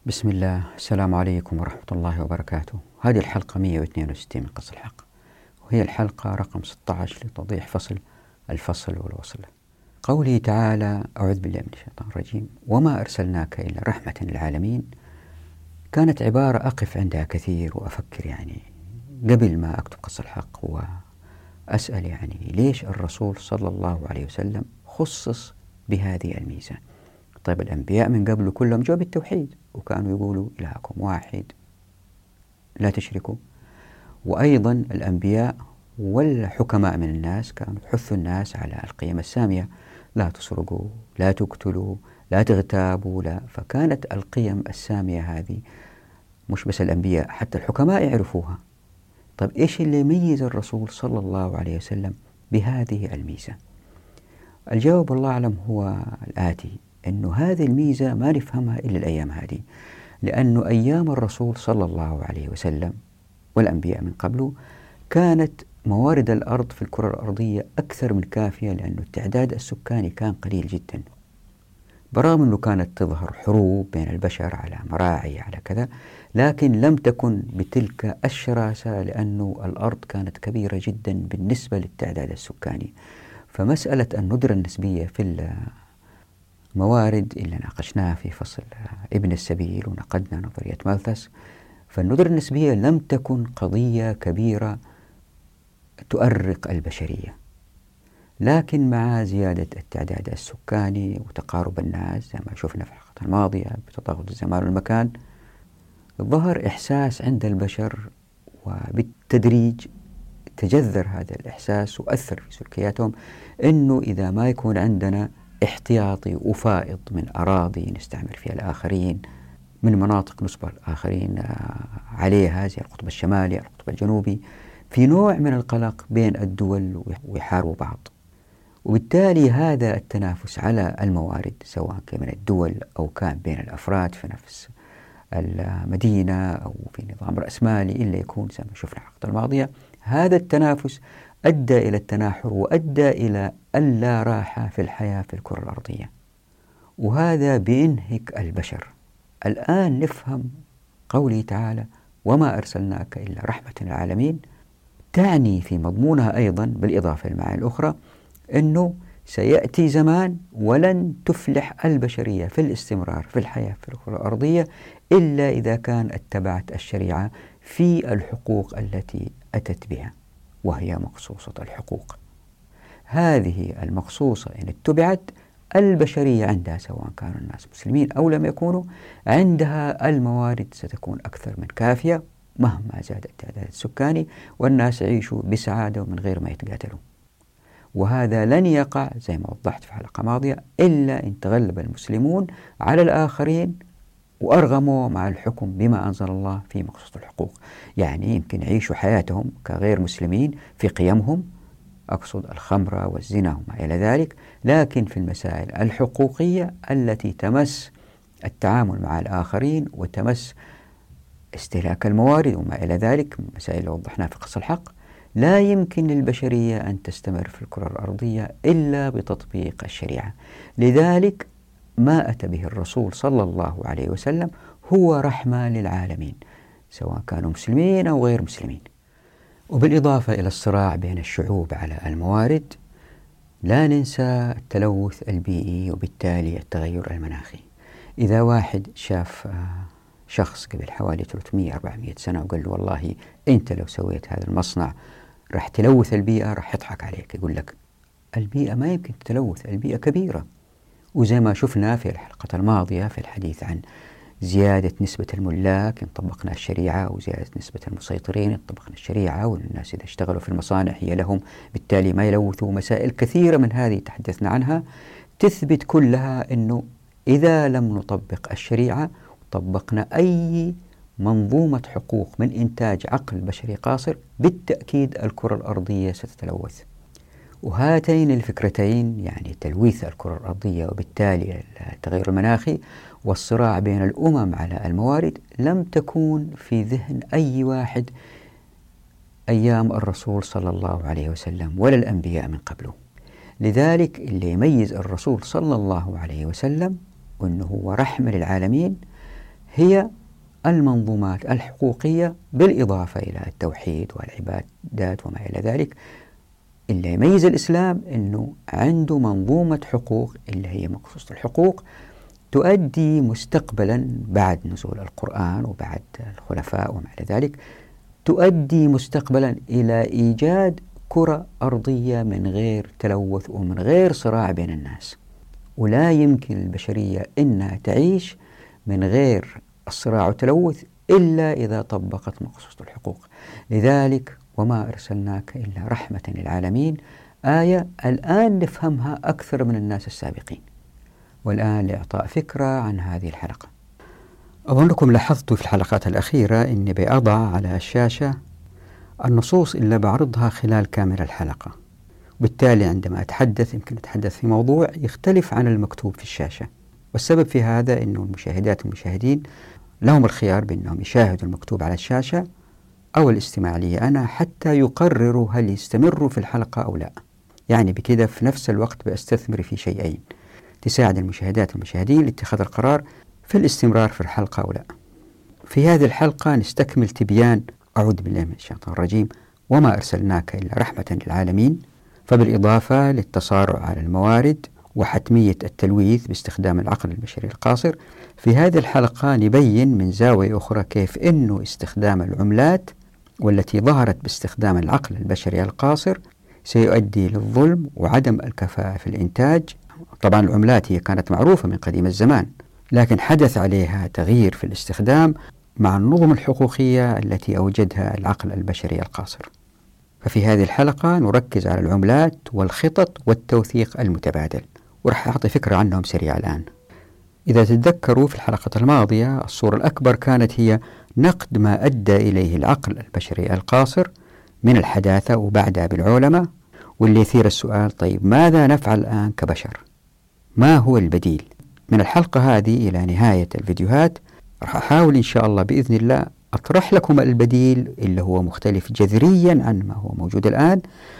بسم الله، السلام عليكم ورحمة الله وبركاته. هذه الحلقة 162 من قص الحق، وهي الحلقة رقم 16 لتوضيح الفصل والوصل. قوله تعالى: أعوذ بالله من الشيطان الرجيم: وما أرسلناك إلا رحمة للعالمين، كانت عبارة أقف عندها كثير وأفكر قبل ما أكتب قص الحق، وأسأل ليش الرسول صلى الله عليه وسلم خصص بهذه الميزة؟ طيب الأنبياء من قبله كلهم جو بالتوحيد، وكانوا يقولوا إلهكم واحد لا تشركوا. وأيضا الأنبياء والحكماء من الناس كانوا يحثوا الناس على القيم السامية: لا تسرقوا، لا تقتلوا، لا تغتابوا، لا. فكانت القيم السامية هذه مش بس الأنبياء، حتى الحكماء يعرفوها. طيب إيش اللي يميز الرسول صلى الله عليه وسلم بهذه الميزة؟ الجواب الله أعلم هو الآتي: أنه هذه الميزة ما نفهمها إلا الأيام هذه، لأنه أيام الرسول صلى الله عليه وسلم والأنبياء من قبله كانت موارد الأرض في الكرة الأرضية أكثر من كافية، لأنه التعداد السكاني كان قليل جدا، برغم أنه كانت تظهر حروب بين البشر على مراعي على كذا، لكن لم تكن بتلك الشراسة، لأنه الأرض كانت كبيرة جدا بالنسبة للتعداد السكاني. فمسألة الندرة النسبية في الموارد اللي ناقشناها في فصل ابن السبيل ونقدنا نظرية مالثس، فالندرة النسبية لم تكن قضية كبيرة تؤرق البشرية، لكن مع زيادة التعداد السكاني وتقارب الناس زي ما شفنا في الحلقة الماضية بتضاغط الزمان والمكان، ظهر إحساس عند البشر، وبالتدريج تجذر هذا الإحساس وأثر في سلوكياتهم، أنه إذا ما يكون عندنا احتياطي وفائض من أراضي نستعمر فيها الآخرين، من مناطق نصبر الآخرين عليها زي القطب الشمالي القطب الجنوبي، في نوع من القلق بين الدول ويحاربوا بعض. وبالتالي هذا التنافس على الموارد سواء كان من الدول أو كان بين الأفراد في نفس المدينة أو في نظام رأسمالي إلا يكون زي ما شفنا الحلقة الماضية، هذا التنافس أدى إلى التناحر وأدى إلى اللا راحة في الحياة في الكرة الأرضية، وهذا بينهك البشر. الآن نفهم قوله تعالى: وما أرسلناك إلا رحمة للعالمين، تعني في مضمونها أيضا بالإضافة للمعاني الأخرى أنه سيأتي زمان ولن تفلح البشرية في الاستمرار في الحياة في الكرة الأرضية إلا إذا كان اتبعت الشريعة في الحقوق التي أتت بها، وهي مقصوصة الحقوق. هذه المقصوصة إن اتبعت البشرية عندها، سواء كانوا الناس مسلمين أو لم يكونوا، عندها الموارد ستكون أكثر من كافية مهما زاد التعداد السكاني، والناس يعيشوا بسعادة ومن غير ما يتقاتلوا. وهذا لن يقع زي ما وضحت في حلقة ماضية إلا إن تغلب المسلمون على الآخرين وأرغموا مع الحكم بما أنزل الله في مقصوص الحقوق. يمكن يعيشوا حياتهم كغير مسلمين في قيمهم، أقصد الخمرة والزنا وما إلى ذلك، لكن في المسائل الحقوقية التي تمس التعامل مع الآخرين وتمس استهلاك الموارد وما إلى ذلك، مسائل اللي وضحناها في قص الحق، لا يمكن للبشرية أن تستمر في الكرة الأرضية إلا بتطبيق الشريعة. لذلك ما أتى به الرسول صلى الله عليه وسلم هو رحمة للعالمين، سواء كانوا مسلمين أو غير مسلمين. وبالإضافة إلى الصراع بين الشعوب على الموارد، لا ننسى التلوث البيئي وبالتالي التغير المناخي. إذا واحد شاف شخص قبل حوالي 300-400 سنة وقال له: والله أنت لو سويت هذا المصنع راح تلوث البيئة، راح يضحك عليك، يقول لك البيئة ما يمكن تلوث، البيئة كبيرة. وزي ما شفنا في الحلقة الماضية في الحديث عن زيادة نسبة الملاك إن طبقنا الشريعة، وزيادة نسبة المسيطرين إن طبقنا الشريعة، والناس إذا اشتغلوا في المصانع هي لهم بالتالي ما يلوثوا، مسائل كثيرة من هذه تحدثنا عنها تثبت كلها أنه إذا لم نطبق الشريعة طبقنا أي منظومة حقوق من إنتاج عقل بشري قاصر، بالتأكيد الكرة الأرضية ستتلوث. وهاتين الفكرتين تلويث الكرة الأرضية وبالتالي التغير المناخي والصراع بين الأمم على الموارد لم تكون في ذهن أي واحد أيام الرسول صلى الله عليه وسلم ولا الأنبياء من قبله. لذلك اللي يميز الرسول صلى الله عليه وسلم وأنه هو رحمة للعالمين هي المنظومات الحقوقية بالإضافة إلى التوحيد والعبادات وما إلى ذلك. اللي يميز الإسلام أنه عنده منظومة حقوق اللي هي مقصوصة الحقوق تؤدي مستقبلا بعد نزول القرآن وبعد الخلفاء وما إلى ذلك، تؤدي مستقبلا إلى إيجاد كرة أرضية من غير تلوث ومن غير صراع بين الناس. ولا يمكن البشرية أنها تعيش من غير الصراع والتلوث إلا إذا طبقت مقصوصة الحقوق. لذلك وما أرسلناك إلا رحمة للعالمين آية الآن نفهمها أكثر من الناس السابقين. والآن لإعطاء فكرة عن هذه الحلقة، أظنكم لاحظتوا في الحلقات الأخيرة أني بأضع على الشاشة النصوص اللي بعرضها خلال كامل الحلقة، وبالتالي عندما أتحدث يمكن أتحدث في موضوع يختلف عن المكتوب في الشاشة. والسبب في هذا أنه المشاهدات والمشاهدين لهم الخيار بأنهم يشاهدوا المكتوب على الشاشة أو الاستماع لي أنا حتى يقرروا هل يستمروا في الحلقة أو لا. يعني بكده في نفس الوقت بأستثمر في شيئين تساعد المشاهدات والمشاهدين لاتخاذ القرار في الاستمرار في الحلقة أو لا. في هذه الحلقة نستكمل تبيان أعوذ بالله من الشيطان الرجيم وما أرسلناك إلا رحمة للعالمين، فبالإضافة للتصارع على الموارد وحتمية التلويث باستخدام العقل البشري القاصر، في هذه الحلقة نبين من زاوية أخرى كيف أنه استخدام العملات والتي ظهرت باستخدام العقل البشري القاصر سيؤدي للظلم وعدم الكفاءة في الإنتاج. طبعا العملات هي كانت معروفة من قديم الزمان، لكن حدث عليها تغيير في الاستخدام مع النظم الحقوقية التي أوجدها العقل البشري القاصر. ففي هذه الحلقة نركز على العملات والخطط والتوثيق المتبادل، ورح أعطي فكرة عنهم سريعة الآن. إذا تتذكروا في الحلقة الماضية الصورة الأكبر كانت هي نقد ما أدى إليه العقل البشري القاصر من الحداثة وبعدها بالعولمة، واللي يثير السؤال طيب ماذا نفعل الآن كبشر؟ ما هو البديل؟ من الحلقة هذه إلى نهاية الفيديوهات راح أحاول إن شاء الله بإذن الله أطرح لكم البديل اللي هو مختلف جذريا عن ما هو موجود الآن،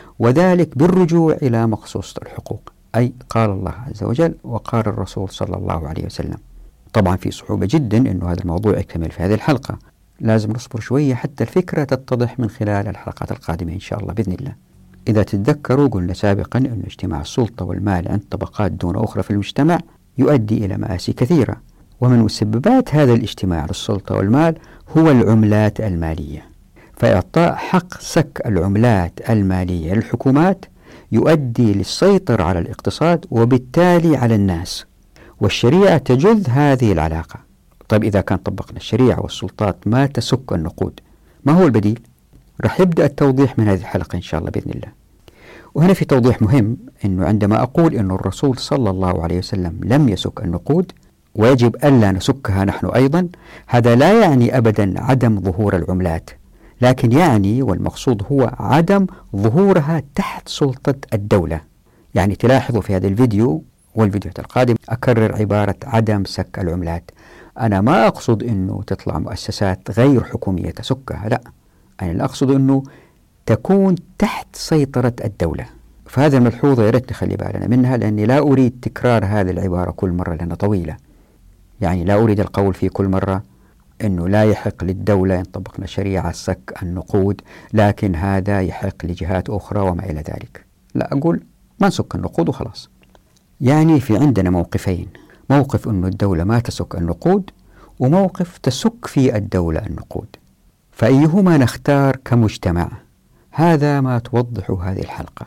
وذلك بالرجوع إلى مقصوصة الحقوق، أي قال الله عز وجل وقال الرسول صلى الله عليه وسلم. طبعا في صعوبة جدا أنه هذا الموضوع يكتمل في هذه الحلقة، لازم نصبر شوية حتى الفكرة تتضح من خلال الحلقات القادمة إن شاء الله بإذن الله. إذا تتذكروا قلنا سابقا أن اجتماع السلطة والمال عند طبقات دون أخرى في المجتمع يؤدي إلى مآسي كثيرة، ومن مسببات هذا الاجتماع للسلطة والمال هو العملات المالية. فإعطاء حق سك العملات المالية للحكومات يؤدي للسيطرة على الاقتصاد وبالتالي على الناس، والشريعة تجذ هذه العلاقة. طيب إذا كان طبقنا الشريعة والسلطات ما تسك النقود، ما هو البديل؟ رح يبدأ التوضيح من هذه الحلقة إن شاء الله بإذن الله. وهنا في توضيح مهم، أنه عندما أقول أن الرسول صلى الله عليه وسلم لم يسك النقود ويجب ألا نسكها نحن أيضا، هذا لا يعني أبدا عدم ظهور العملات، لكن يعني والمقصود هو عدم ظهورها تحت سلطة الدولة. يعني تلاحظوا في هذا الفيديو والفيديوهات القادمة أكرر عبارة عدم سك العملات. أنا ما أقصد أنه تطلع مؤسسات غير حكومية تسكها، لا، أنا أقصد أنه تكون تحت سيطرة الدولة. فهذا الملحوظة يا ريت نخلي بالنا منها، لأني لا أريد تكرار هذه العبارة كل مرة لأنها طويلة. يعني لا أريد القول في كل مرة أنه لا يحق للدولة إن طبقنا شريعة سك النقود، لكن هذا يحق لجهات أخرى وما إلى ذلك. لا، أقول ما نسك النقود وخلاص. يعني في عندنا موقفين، موقف أنه الدولة ما تسك النقود، وموقف تسك في الدولة النقود. فأيهما نختار كمجتمع؟ هذا ما توضح هذه الحلقة.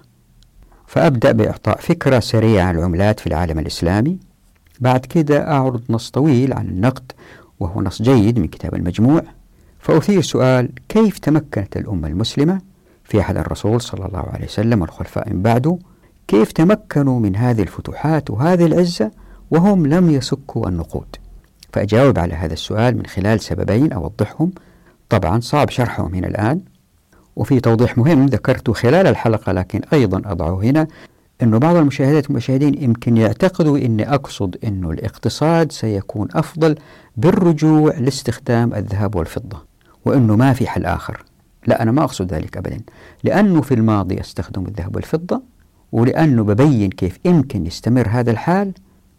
فأبدأ بإعطاء فكرة سريعة عن العملات في العالم الإسلامي، بعد كده أعرض نص طويل عن النقد وهو نص جيد من كتاب المجموع، فأثير سؤال كيف تمكنت الأمة المسلمة في عهد الرسول صلى الله عليه وسلم والخلفاء من بعده، كيف تمكنوا من هذه الفتوحات وهذه العزة وهم لم يسكوا النقود. فأجاوب على هذا السؤال من خلال سببين أوضحهم، طبعا صعب شرحهم هنا الآن، وفي توضيح مهم ذكرته خلال الحلقة لكن أيضا أضعه هنا، أنه بعض المشاهدات والمشاهدين يمكن يعتقدوا أني أقصد أنه الاقتصاد سيكون أفضل بالرجوع لاستخدام الذهب والفضة وأنه ما في حل آخر. لا، أنا ما أقصد ذلك أبدا، لأنه في الماضي استخدموا الذهب والفضة، ولأنه ببين كيف يمكن يستمر هذا الحال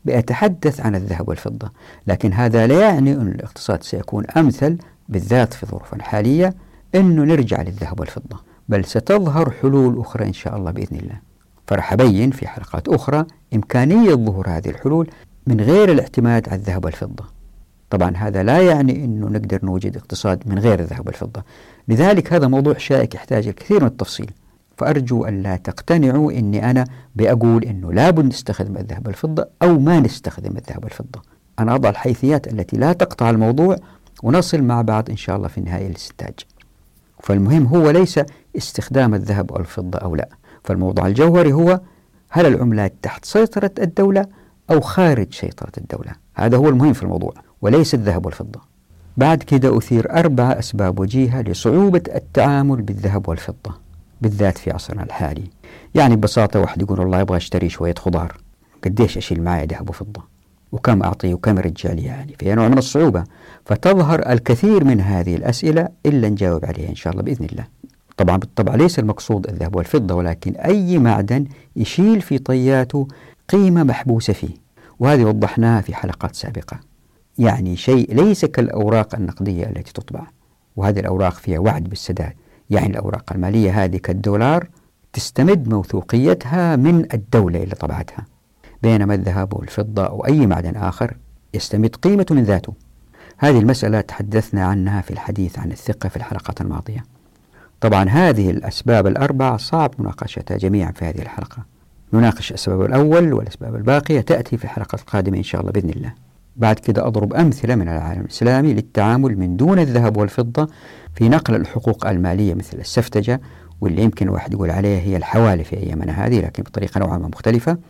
بأتحدث عن الذهب والفضة، لكن هذا لا يعني أن الاقتصاد سيكون أمثل بالذات في ظروفنا الحالية أنه نرجع للذهب والفضة، بل ستظهر حلول أخرى إن شاء الله بإذن الله. فرح أبين في حلقات أخرى إمكانية ظهور هذه الحلول من غير الاعتماد على الذهب والفضة. طبعا هذا لا يعني أنه نقدر نوجد اقتصاد من غير الذهب والفضة، لذلك هذا موضوع شائك يحتاج الكثير من التفصيل، فأرجو أن لا تقتنعوا أني أنا بأقول أنه لابد نستخدم الذهب والفضة أو ما نستخدم الذهب والفضة. أنا أضع الحيثيات التي لا تقطع الموضوع ونصل مع بعض إن شاء الله في النهاية الاستنتاج. فالمهم هو ليس استخدام الذهب أو الفضة أو لا، فالموضوع الجوهري هو هل العملات تحت سيطرة الدولة أو خارج سيطرة الدولة؟ هذا هو المهم في الموضوع وليس الذهب والفضة. بعد كده أثير 4 أسباب وجيهة لصعوبة التعامل بالذهب والفضة بالذات في عصرنا الحالي. يعني ببساطة واحد يقول والله أبغى أشتري شوية خضار، قديش أشيل معي ذهب وفضة وكم أعطيه وكم يرجع لي؟ يعني فيها نوع من الصعوبة. فتظهر الكثير من هذه الأسئلة إلا نجاوب عليها إن شاء الله بإذن الله. طبعا بالطبع ليس المقصود الذهب والفضة، ولكن أي معدن يشيل في طياته قيمة محبوسة فيه، وهذه وضحناها في حلقات سابقة. يعني شيء ليس كالأوراق النقدية التي تطبع، وهذه الأوراق فيها وعد بالسداد. يعني الأوراق المالية هذه كالدولار تستمد موثوقيتها من الدولة اللي طبعتها، بينما الذهب والفضة أو أي معدن آخر يستمد قيمته من ذاته. هذه المسألة تحدثنا عنها في الحديث عن الثقة في الحلقات الماضية. طبعا هذه الأسباب ال4 صعب مناقشتها جميعا في هذه الحلقة. نناقش السبب الأول والأسباب الباقية تأتي في الحلقة القادمة إن شاء الله بإذن الله. بعد كده أضرب أمثلة من العالم الإسلامي للتعامل من دون الذهب والفضة في نقل الحقوق المالية مثل السفتجة، واللي يمكن واحد يقول عليها هي الحوالي في أيامنا هذه لكن بطريقة نوعا ما مختلفة.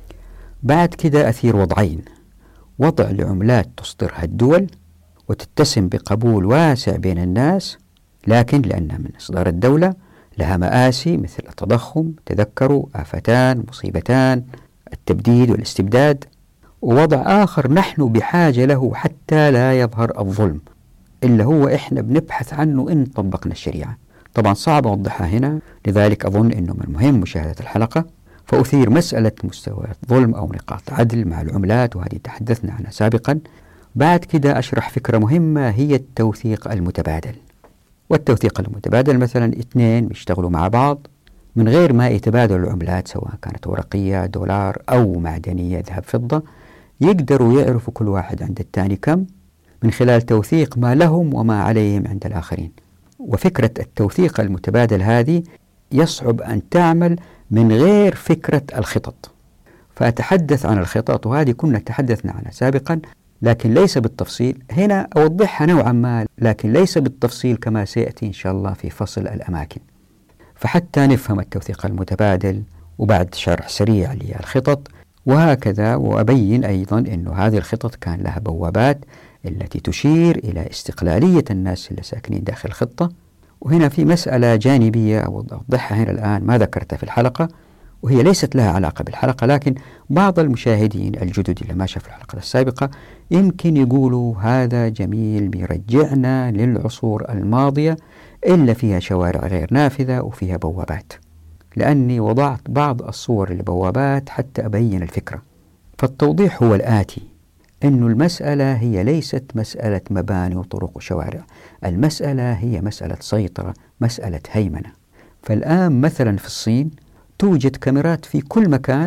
بعد كده أثير وضعين: وضع لعملات تصدرها الدول وتتسم بقبول واسع بين الناس، لكن لأنها من إصدار الدولة لها مآسي مثل التضخم، تذكروا آفتان مصيبتان التبديد والاستبداد. ووضع آخر نحن بحاجة له حتى لا يظهر الظلم، إلا هو إحنا بنبحث عنه إن طبقنا الشريعة. طبعا صعب أوضحها هنا، لذلك أظن أنه من المهم مشاهدة الحلقة. فأثير مسألة مستويات ظلم أو نقاط عدل مع العملات، وهذه تحدثنا عنها سابقا. بعد كده أشرح فكرة مهمة هي التوثيق المتبادل. والتوثيق المتبادل مثلا 2 بيشتغلوا مع بعض من غير ما يتبادلوا العملات سواء كانت ورقية دولار أو معدنية ذهب فضة، يقدروا يعرفوا كل واحد عند الثاني كم من خلال توثيق ما لهم وما عليهم عند الآخرين. وفكرة التوثيق المتبادل هذه يصعب أن تعمل من غير فكرة الخطط. فأتحدث عن الخطط، وهذه كنا تحدثنا عنها سابقا لكن ليس بالتفصيل. هنا أوضحها نوعا ما لكن ليس بالتفصيل كما سيأتي إن شاء الله في فصل الأماكن. فحتى نفهم التوثيق المتبادل وبعد شرح سريع للخطط وهكذا. وأبين أيضا أن هذه الخطط كان لها بوابات التي تشير إلى استقلالية الناس اللي ساكنين داخل الخطة. وهنا في مسألة جانبية أوضحها هنا الآن ما ذكرتها في الحلقة، وهي ليست لها علاقة بالحلقة، لكن بعض المشاهدين الجدد اللي ما شافوا الحلقة السابقة يمكن يقولوا هذا جميل بيرجعنا للعصور الماضية إلا فيها شوارع غير نافذة وفيها بوابات، لأني وضعت بعض الصور للبوابات حتى أبين الفكرة. فالتوضيح هو الآتي: أن المسألة هي ليست مسألة مباني وطرق وشوارع، المسألة هي مسألة سيطرة، مسألة هيمنة. فالآن مثلا في الصين توجد كاميرات في كل مكان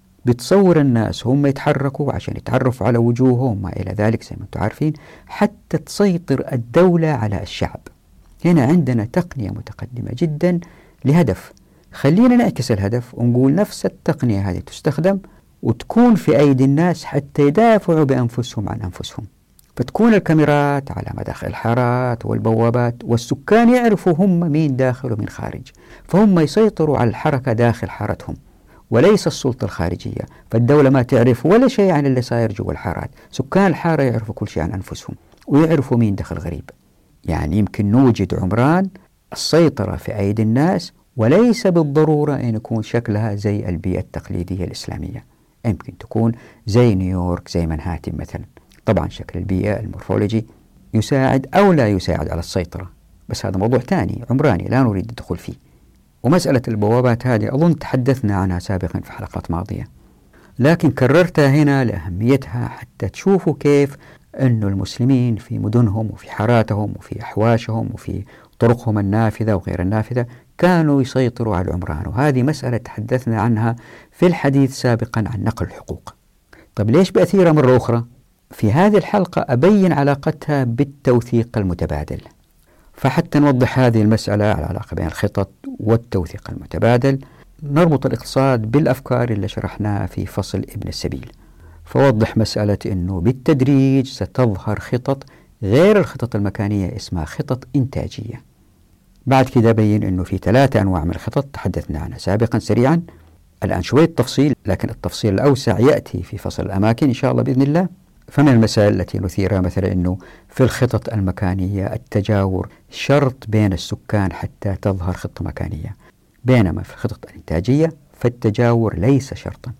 بتصور الناس هم يتحركوا عشان يتعرفوا على وجوههم وما إلى ذلك زي ما أنتم عارفين، حتى تسيطر الدولة على الشعب. هنا عندنا تقنية متقدمة جدا لهدف. خلينا نعكس الهدف ونقول نفس التقنية هذه تستخدم وتكون في أيدي الناس حتى يدافعوا بأنفسهم عن أنفسهم. فتكون الكاميرات على مداخل الحارات والبوابات، والسكان يعرفوا هم مين داخل ومين خارج، فهم يسيطروا على الحركة داخل حارتهم وليس السلطة الخارجية. فالدولة ما تعرف ولا شيء عن اللي صاير جوا الحارات، سكان الحارة يعرفوا كل شيء عن أنفسهم ويعرفوا مين دخل غريب. يعني يمكن نوجد عمران السيطرة في أيدي الناس، وليس بالضرورة أن يكون شكلها زي البيئة التقليدية الإسلامية. يمكن تكون زي نيويورك، زي منهاتن مثلا. طبعا شكل البيئة المورفولوجي يساعد أو لا يساعد على السيطرة، بس هذا موضوع ثاني عمراني لا نريد الدخول فيه. ومسألة البوابات هذه أظن تحدثنا عنها سابقا في حلقات ماضية. لكن كررتها هنا لأهميتها حتى تشوفوا كيف أن المسلمين في مدنهم وفي حاراتهم وفي أحواشهم وفي طرقهم النافذة وغير النافذة كانوا يسيطروا على العمران، وهذه مسألة تحدثنا عنها في الحديث سابقا عن نقل الحقوق. طيب ليش بأثيرها مرة أخرى؟ في هذه الحلقة أبين علاقتها بالتوثيق المتبادل، فحتى نوضح هذه المسألة العلاقة بين الخطط والتوثيق المتبادل نربط الاقتصاد بالأفكار اللي شرحناها في فصل ابن السبيل. فوضح مسألة أنه بالتدريج ستظهر خطط غير الخطط المكانية اسمها خطط إنتاجية. بعد كده بين أنه في 3 أنواع من الخطط تحدثنا عنها سابقا سريعا، الآن شوية تفصيل، لكن التفصيل الأوسع يأتي في فصل الأماكن إن شاء الله بإذن الله. فمن المسائل التي نثيرها مثلا أنه في الخطط المكانية التجاور شرط بين السكان حتى تظهر خطة مكانية، بينما في الخطط الإنتاجية فالتجاور ليس شرطا،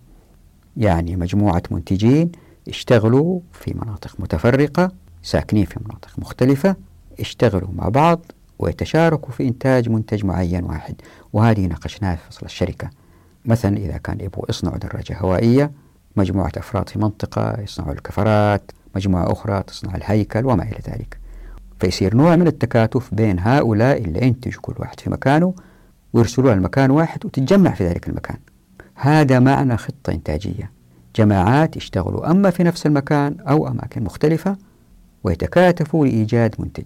يعني مجموعة منتجين اشتغلوا في مناطق متفرقة ساكنين في مناطق مختلفة، اشتغلوا مع بعض ويتشاركوا في إنتاج منتج معين واحد، وهذه ناقشناها في فصل الشركة. مثلا إذا كان يبغوا يصنعوا دراجة هوائية، مجموعة أفراد في منطقة يصنعوا الكفرات، مجموعة أخرى تصنع الهيكل وما إلى ذلك، فيصير نوع من التكاتف بين هؤلاء اللي ينتجوا كل واحد في مكانه ويرسلوها لمكان واحد وتتجمع في ذلك المكان. هذا معنى خطة إنتاجية، جماعات يشتغلوا أما في نفس المكان أو أماكن مختلفة ويتكاتفوا لإيجاد منتج.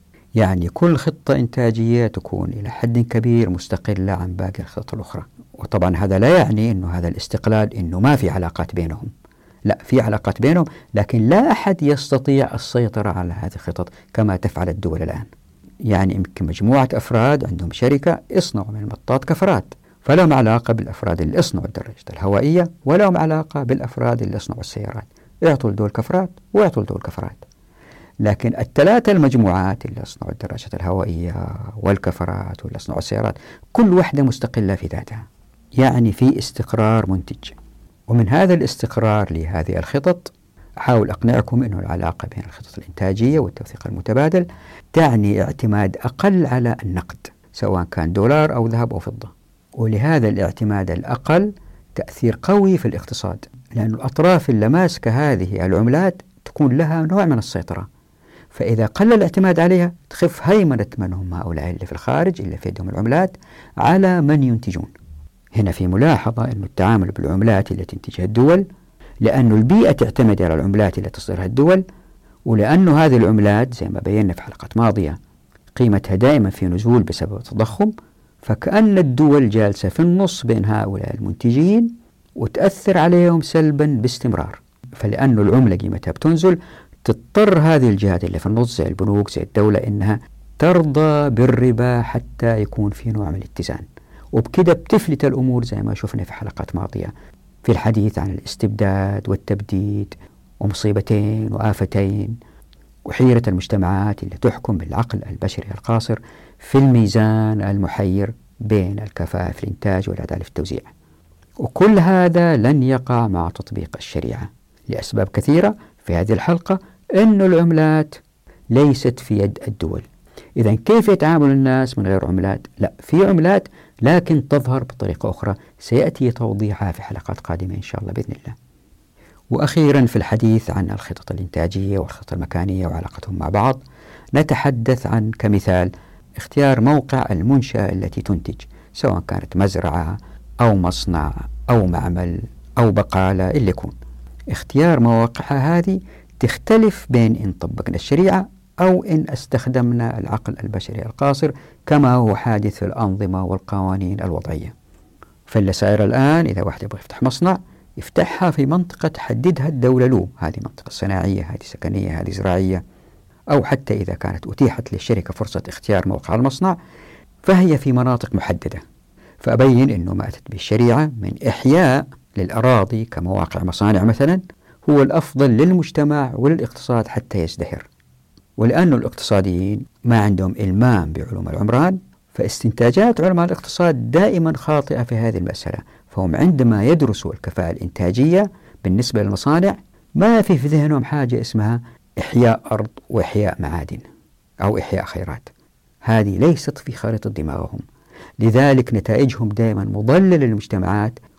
يعني كل خطة إنتاجية تكون إلى حد كبير مستقلة عن باقي الخطط الأخرى. وطبعا هذا لا يعني أنه هذا الاستقلال أنه ما في علاقات بينهم، لا، في علاقات بينهم، لكن لا أحد يستطيع السيطرة على هذه الخطط كما تفعل الدول الآن. يعني يمكن مجموعة أفراد عندهم شركة يصنعوا من المطاط كفرات، فلهم علاقة بالأفراد اللي يصنعوا الدراجة الهوائية، ولهم علاقة بالأفراد اللي يصنعوا السيارات، يعطوا لدول كفرات ويعطوا لدول كفرات. لكن ال3 المجموعات اللي يصنعوا الدراجة الهوائية والكفرات واللي يصنعوا السيارات كل واحدة مستقلة في ذاتها، يعني في استقرار منتج. ومن هذا الاستقرار لهذه الخطط أحاول أقنعكم أنه العلاقة بين الخطط الإنتاجية والتوثيق المتبادل تعني اعتماد أقل على النقد، سواء كان دولار أو ذهب أو فضة. ولهذا الاعتماد الأقل تأثير قوي في الاقتصاد، لأن الأطراف اللي ماسكة هذه العملات تكون لها نوع من السيطرة، فإذا قل الاعتماد عليها تخف هيمنة من هم هؤلاء اللي في الخارج اللي في يدهم العملات على من ينتجون. هنا في ملاحظة أن التعامل بالعملات التي تنتجها الدول، لأن البيئة تعتمد على العملات التي تصدرها الدول، ولأن هذه العملات زي ما بينا في حلقات ماضية قيمتها دائما في نزول بسبب التضخم، فكأن الدول جالسة في النص بين هؤلاء المنتجين وتأثر عليهم سلبا باستمرار. فلأن العملة قيمتها بتنزل تضطر هذه الجهات اللي في النص زي البنوك زي الدولة إنها ترضى بالربا حتى يكون في نوع من الاتزان، وبكده بتفلت الأمور زي ما شفنا في حلقات ماضية في الحديث عن الاستبداد والتبديد ومصيبتين وآفتين وحيرة المجتمعات اللي تحكم بالعقل البشري القاصر في الميزان المحير بين الكفاءة في الإنتاج والعدالة في التوزيع. وكل هذا لن يقع مع تطبيق الشريعة لأسباب كثيرة. في هذه الحلقة أن العملات ليست في يد الدول. إذن كيف يتعامل الناس من غير عملات؟ لا، في عملات لكن تظهر بطريقة أخرى سيأتي توضيحها في حلقات قادمة إن شاء الله بإذن الله. وأخيرا في الحديث عن الخطط الإنتاجية والخطط المكانية وعلاقتهم مع بعض نتحدث عن كمثال اختيار موقع المنشأة التي تنتج، سواء كانت مزرعة أو مصنع أو معمل أو بقالة اللي يكون. اختيار مواقعها هذه تختلف بين إن طبقنا الشريعة أو إن استخدمنا العقل البشري القاصر كما هو حادث في الأنظمة والقوانين الوضعية. فاللي صاير الآن إذا واحد يبغى يفتح مصنع يفتحها في منطقة تحددها الدولة له، هذه منطقة صناعية، هذه سكنية، هذه زراعية، أو حتى إذا كانت أتيحت للشركة فرصة اختيار موقع المصنع فهي في مناطق محددة. فأبين أنه ما أتت بالشريعة من إحياء للأراضي كمواقع مصانع مثلا هو الأفضل للمجتمع وللاقتصاد حتى يزدهر. ولأن الاقتصاديين ما عندهم إلمام بعلوم العمران، فاستنتاجات علماء الاقتصاد دائما خاطئة في هذه المسألة. فهم عندما يدرسوا الكفاءة الإنتاجية بالنسبة للمصانع ما في ذهنهم حاجة اسمها إحياء أرض وإحياء معادن أو إحياء خيرات، هذه ليست في خارطة دماغهم. لذلك نتائجهم دائما مضللة للمجتمعات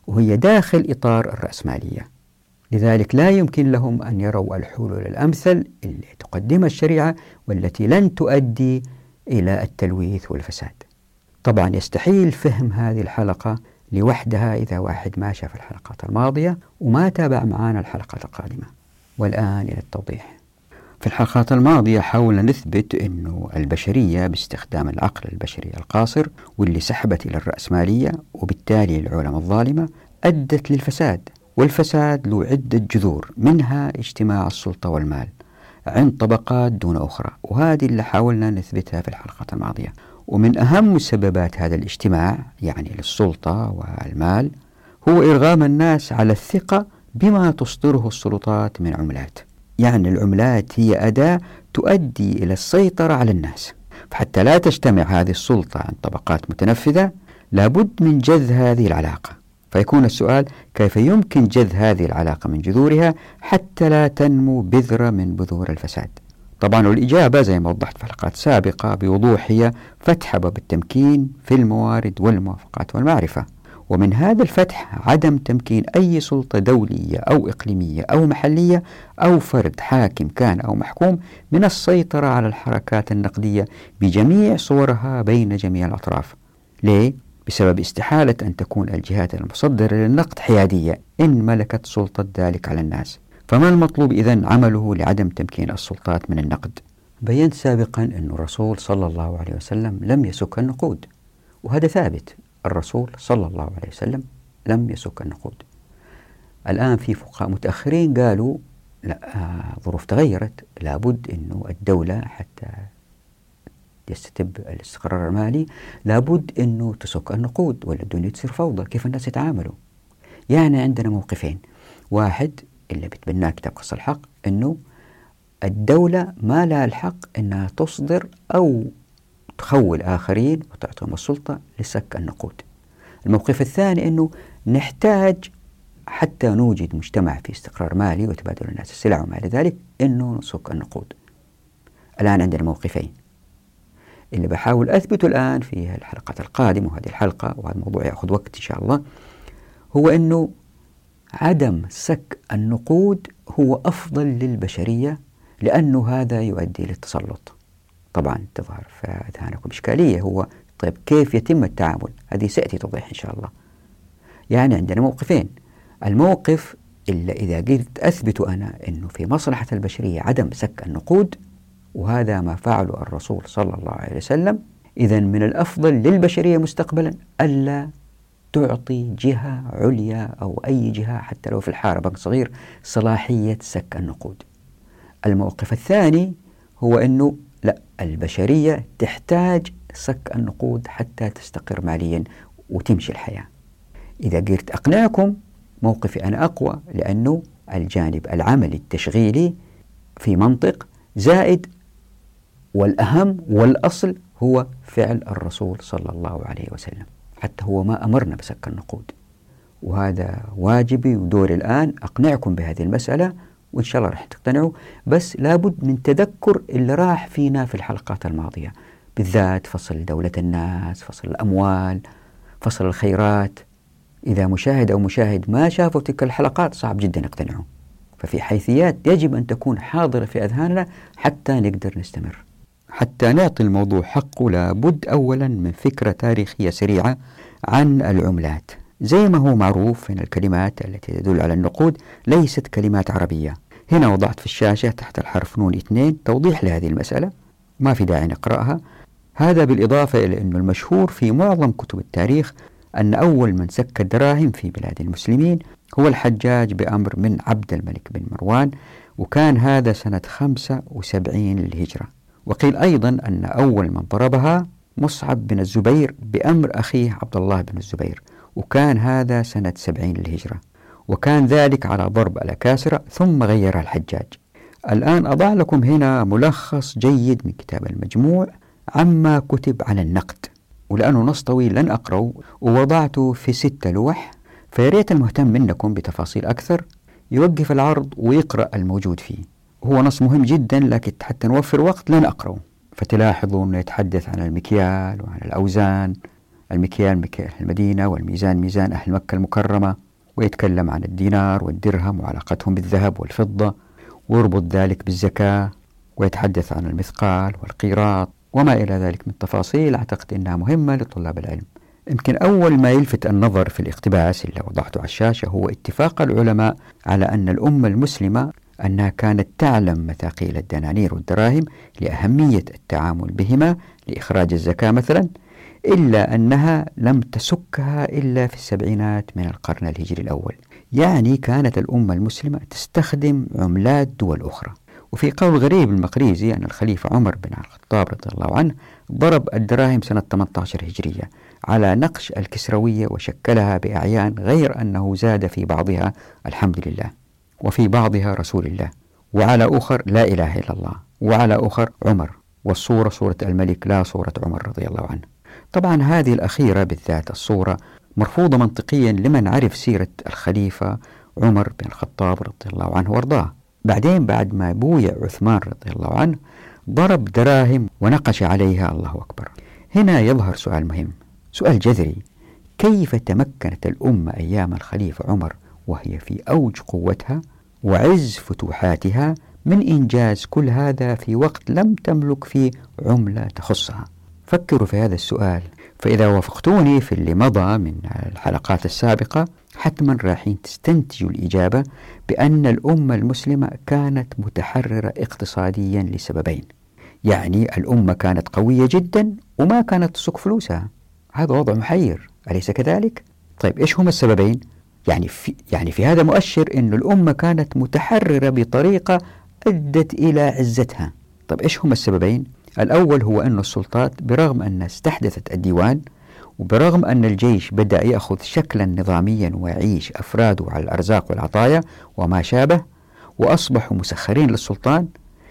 وهي داخل إطار الرأسمالية. لذلك لا يمكن لهم أن يروا الحلول الأمثل اللي تقدمها الشريعة والتي لن تؤدي إلى التلويث والفساد. طبعا يستحيل فهم هذه الحلقة لوحدها إذا واحد ما شاف الحلقات الماضية وما تابع معنا الحلقات القادمة. والآن إلى التوضيح. في الحلقات الماضية حاولنا نثبت أن البشرية باستخدام العقل البشري القاصر واللي سحبت إلى الرأسمالية وبالتالي العولمة الظالمة أدت للفساد، والفساد له عدة جذور، منها اجتماع السلطة والمال عند طبقات دون أخرى، وهذه اللي حاولنا نثبتها في الحلقات الماضية. ومن أهم مسببات هذا الاجتماع يعني للسلطة والمال هو إرغام الناس على الثقة بما تصدره السلطات من عملات. يعني العملات هي أداة تؤدي إلى السيطرة على الناس، فحتى لا تجتمع هذه السلطة عند طبقات متنفذة لابد من جذ هذه العلاقة. فيكون السؤال: كيف يمكن جذ هذه العلاقة من جذورها حتى لا تنمو بذرة من بذور الفساد؟ طبعا الإجابة زي ما وضحت في حلقات سابقة بوضوح هي فتح باب التمكين في الموارد والموافقات والمعرفة، ومن هذا الفتح عدم تمكين أي سلطة دولية أو إقليمية أو محلية أو فرد حاكم كان أو محكوم من السيطرة على الحركات النقدية بجميع صورها بين جميع الأطراف. ليه؟ بسبب استحالة أن تكون الجهات المصدرة للنقد حيادية إن ملكت سلطة ذلك على الناس. فما المطلوب إذن عمله لعدم تمكين السلطات من النقد؟ بينت سابقا أن الرسول صلى الله عليه وسلم لم يسك النقود، وهذا ثابت. الرسول صلى الله عليه وسلم لم يسك النقود. الآن في فقهاء متأخرين قالوا لا، ظروف تغيرت، لابد أنه الدولة حتى يستتب الاستقرار المالي لابد أنه تسك النقود ولا الدنيا تصير فوضى، كيف الناس يتعاملوا؟ يعني عندنا موقفين. واحد اللي بتبناه كتاب قص الحق، أنه الدولة ما لها الحق أنها تصدر أو تخول آخرين وتعطيهم السلطة لسك النقود. الموقف الثاني أنه نحتاج حتى نوجد مجتمع في استقرار مالي وتبادل الناس السلع وما إلى ذلك أنه نسك النقود. الآن عندنا موقفين. اللي بحاول أثبته الآن في الحلقات القادمة وهذه الحلقة، وهذا الموضوع يأخذ وقت إن شاء الله، هو أنه عدم سك النقود هو أفضل للبشرية، لأنه هذا يؤدي للتسلط. طبعا تظهر في أذهانكم إشكالية، هو طيب كيف يتم التعامل؟ هذه سأتي توضيح إن شاء الله. يعني عندنا موقفين. الموقف إلا إذا قلت أثبت أنا أنه في مصلحة البشرية عدم سك النقود، وهذا ما فعله الرسول صلى الله عليه وسلم، إذن من الأفضل للبشرية مستقبلا ألا تعطي جهة عليا أو أي جهة حتى لو في الحارة بنك صغير صلاحية سك النقود. الموقف الثاني هو أنه لا، البشرية تحتاج سك النقود حتى تستقر ماليا وتمشي الحياة. إذا قدرت أقنعكم موقفي أنا أقوى، لأنه الجانب العملي التشغيلي في منطق زائد، والأهم والأصل هو فعل الرسول صلى الله عليه وسلم، حتى هو ما أمرنا بسك النقود. وهذا واجبي ودوري الآن أقنعكم بهذه المسألة، وإن شاء الله رح تقتنعوا. بس لابد من تذكر اللي راح فينا في الحلقات الماضية، بالذات فصل دولة الناس، فصل الأموال، فصل الخيرات. إذا مشاهد أو مشاهد ما شافوا تلك الحلقات صعب جدا يقتنعوا. ففي حيثيات يجب أن تكون حاضرة في أذهاننا حتى نقدر نستمر. حتى نعطي الموضوع حقه لابد أولا من فكرة تاريخية سريعة عن العملات. زي ما هو معروف أن الكلمات التي تدل على النقود ليست كلمات عربية. هنا وضعت في الشاشة تحت الحرف نون 2 توضيح لهذه المسألة، ما في داعي نقرأها. هذا بالإضافة إلى أنه المشهور في معظم كتب التاريخ أن أول من سك الدراهم في بلاد المسلمين هو الحجاج بأمر من عبد الملك بن مروان، وكان هذا سنة 75 للهجرة. وقيل أيضا أن أول من ضربها مصعب بن الزبير بأمر أخيه عبد الله بن الزبير، وكان هذا سنة 70 للهجرة، وكان ذلك على ضرب الأكاسرة ثم غيرها الحجاج. الآن أضع لكم هنا ملخص جيد من كتاب المجموع عما كتب على النقد، ولأنه نص طويل لن أقرأه ووضعته في 6 لوح، فياريت المهتم منكم بتفاصيل أكثر يوقف العرض ويقرأ الموجود فيه. هو نص مهم جدا، لكن حتى نوفر وقت لن أقرأه. فتلاحظوا أنه يتحدث عن المكيال وعن الأوزان، المكيال مكيال المدينة والميزان ميزان أهل مكة المكرمة، ويتكلم عن الدينار والدرهم وعلاقتهم بالذهب والفضة، ويربط ذلك بالزكاة، ويتحدث عن المثقال والقيراط وما إلى ذلك من تفاصيل أعتقد أنها مهمة لطلاب العلم. يمكن أول ما يلفت النظر في الاقتباس اللي وضعته على الشاشة هو اتفاق العلماء على أن الأمة المسلمة أنها كانت تعلم مثاقيل الدنانير والدراهم لأهمية التعامل بهما لإخراج الزكاة مثلا، إلا أنها لم تسكها إلا في السبعينات من القرن الهجري الأول. يعني كانت الأمة المسلمة تستخدم عملات دول أخرى. وفي قول غريب المقريزي أن الخليفة عمر بن الخطاب رضي الله عنه ضرب الدراهم سنة 18 هجرية على نقش الكسروية وشكلها بأعيان، غير أنه زاد في بعضها الحمد لله، وفي بعضها رسول الله، وعلى أخر لا إله إلا الله، وعلى أخر عمر، والصورة صورة الملك لا صورة عمر رضي الله عنه. طبعا هذه الأخيرة بالذات الصورة مرفوضة منطقيا لمن عرف سيرة الخليفة عمر بن الخطاب رضي الله عنه وارضاه. بعدين بعد ما بويع عثمان رضي الله عنه ضرب دراهم ونقش عليها الله أكبر. هنا يظهر سؤال مهم، سؤال جذري: كيف تمكنت الأمة أيام الخليفة عمر وهي في أوج قوتها وعز فتوحاتها من إنجاز كل هذا في وقت لم تملك فيه عملة تخصها؟ فكروا في هذا السؤال، فإذا وافقتوني في اللي مضى من الحلقات السابقة حتما رايحين تستنتجوا الإجابة بأن الأمة المسلمة كانت متحررة اقتصاديا لسببين. يعني الأمة كانت قوية جدا وما كانت تسوق فلوسها. هذا وضع محير، أليس كذلك؟ طيب إيش هما السببين؟ يعني في هذا مؤشر أن الأمة كانت متحررة بطريقة أدت إلى عزتها. طيب إيش هما السببين؟ الأول هو أن السلطات برغم أن استحدثت الديوان، وبرغم أن الجيش بدأ يأخذ شكلا نظاميا ويعيش أفراده على الأرزاق والعطايا وما شابه وأصبحوا مسخرين للسلطان،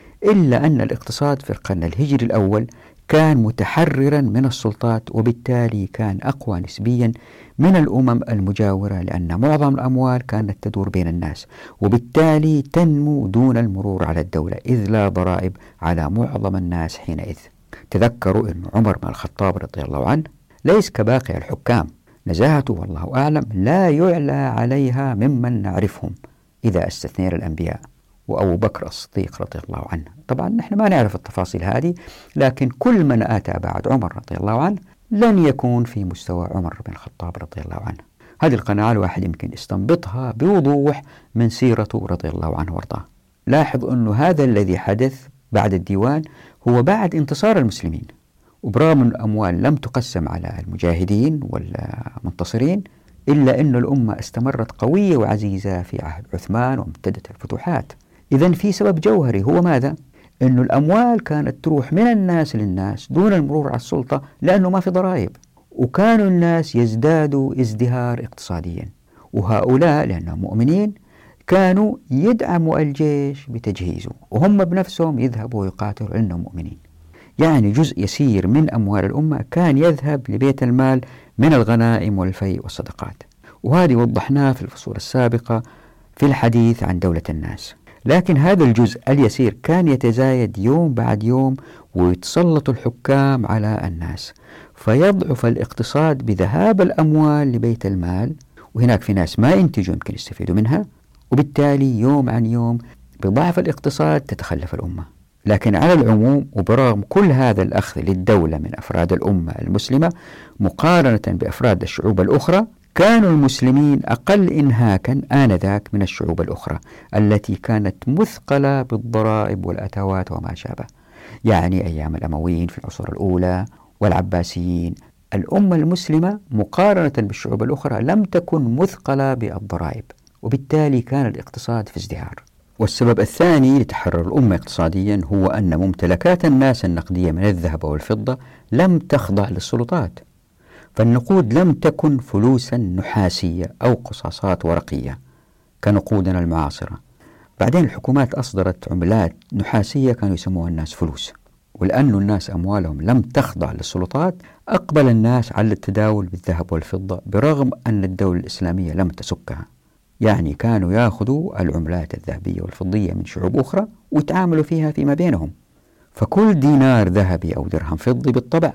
إلا أن الاقتصاد في القرن الهجري الأول كان متحررا من السلطات، وبالتالي كان أقوى نسبيا من الأمم المجاورة، لأن معظم الأموال كانت تدور بين الناس، وبالتالي تنمو دون المرور على الدولة، إذ لا ضرائب على معظم الناس حينئذ. تذكروا أن عمر بن الخطاب رضي الله عنه ليس كباقي الحكام، نزاهته والله أعلم لا يعلى عليها ممن نعرفهم إذا استثنينا الأنبياء وأبو بكر الصديق رضي الله عنه. طبعا نحن ما نعرف التفاصيل هذه، لكن كل من آتى بعد عمر رضي الله عنه لن يكون في مستوى عمر بن الخطاب رضي الله عنه. هذه القناعة الواحد يمكن يستنبطها بوضوح من سيرته رضي الله عنه وارضاه. لاحظ أنه هذا الذي حدث بعد الديوان هو بعد انتصار المسلمين، وبرغم أن الأموال لم تقسم على المجاهدين والمنتصرين، إلا أن الأمة استمرت قوية وعزيزة في عهد عثمان وامتدت الفتوحات. إذن في سبب جوهري هو ماذا؟ أن الأموال كانت تروح من الناس للناس دون المرور على السلطة، لأنه ما في ضرائب، وكانوا الناس يزدادوا ازدهار اقتصاديا، وهؤلاء لأنهم مؤمنين كانوا يدعموا الجيش بتجهيزه، وهم بنفسهم يذهبوا ويقاتلوا لأنهم مؤمنين. يعني جزء يسير من أموال الأمة كان يذهب لبيت المال من الغنائم والفيء والصدقات، وهذه وضحناه في الفصول السابقة في الحديث عن دولة الناس. لكن هذا الجزء اليسير كان يتزايد يوم بعد يوم، ويتسلط الحكام على الناس، فيضعف الاقتصاد بذهاب الأموال لبيت المال، وهناك في ناس ما ينتجوا يمكن يستفيدوا منها، وبالتالي يوم عن يوم بضعف الاقتصاد تتخلف الأمة. لكن على العموم وبرغم كل هذا الأخذ للدولة من أفراد الأمة المسلمة مقارنة بأفراد الشعوب الأخرى، كانوا المسلمين أقل إنهاكا آنذاك من الشعوب الأخرى التي كانت مثقلة بالضرائب والأتوات وما شابه. يعني أيام الأمويين في العصور الأولى والعباسيين، الأمة المسلمة مقارنة بالشعوب الأخرى لم تكن مثقلة بالضرائب، وبالتالي كان الاقتصاد في ازدهار. والسبب الثاني لتحرر الأمة اقتصاديا هو أن ممتلكات الناس النقدية من الذهب والفضة لم تخضع للسلطات، فالنقود لم تكن فلوسا نحاسية أو قصاصات ورقية كنقودنا المعاصرة. بعدين الحكومات أصدرت عملات نحاسية كانوا يسموها الناس فلوس، ولأن الناس أموالهم لم تخضع للسلطات أقبل الناس على التداول بالذهب والفضة برغم أن الدولة الإسلامية لم تسكها. يعني كانوا يأخذوا العملات الذهبية والفضية من شعوب أخرى ويتعاملوا فيها فيما بينهم، فكل دينار ذهبي أو درهم فضي بالطبع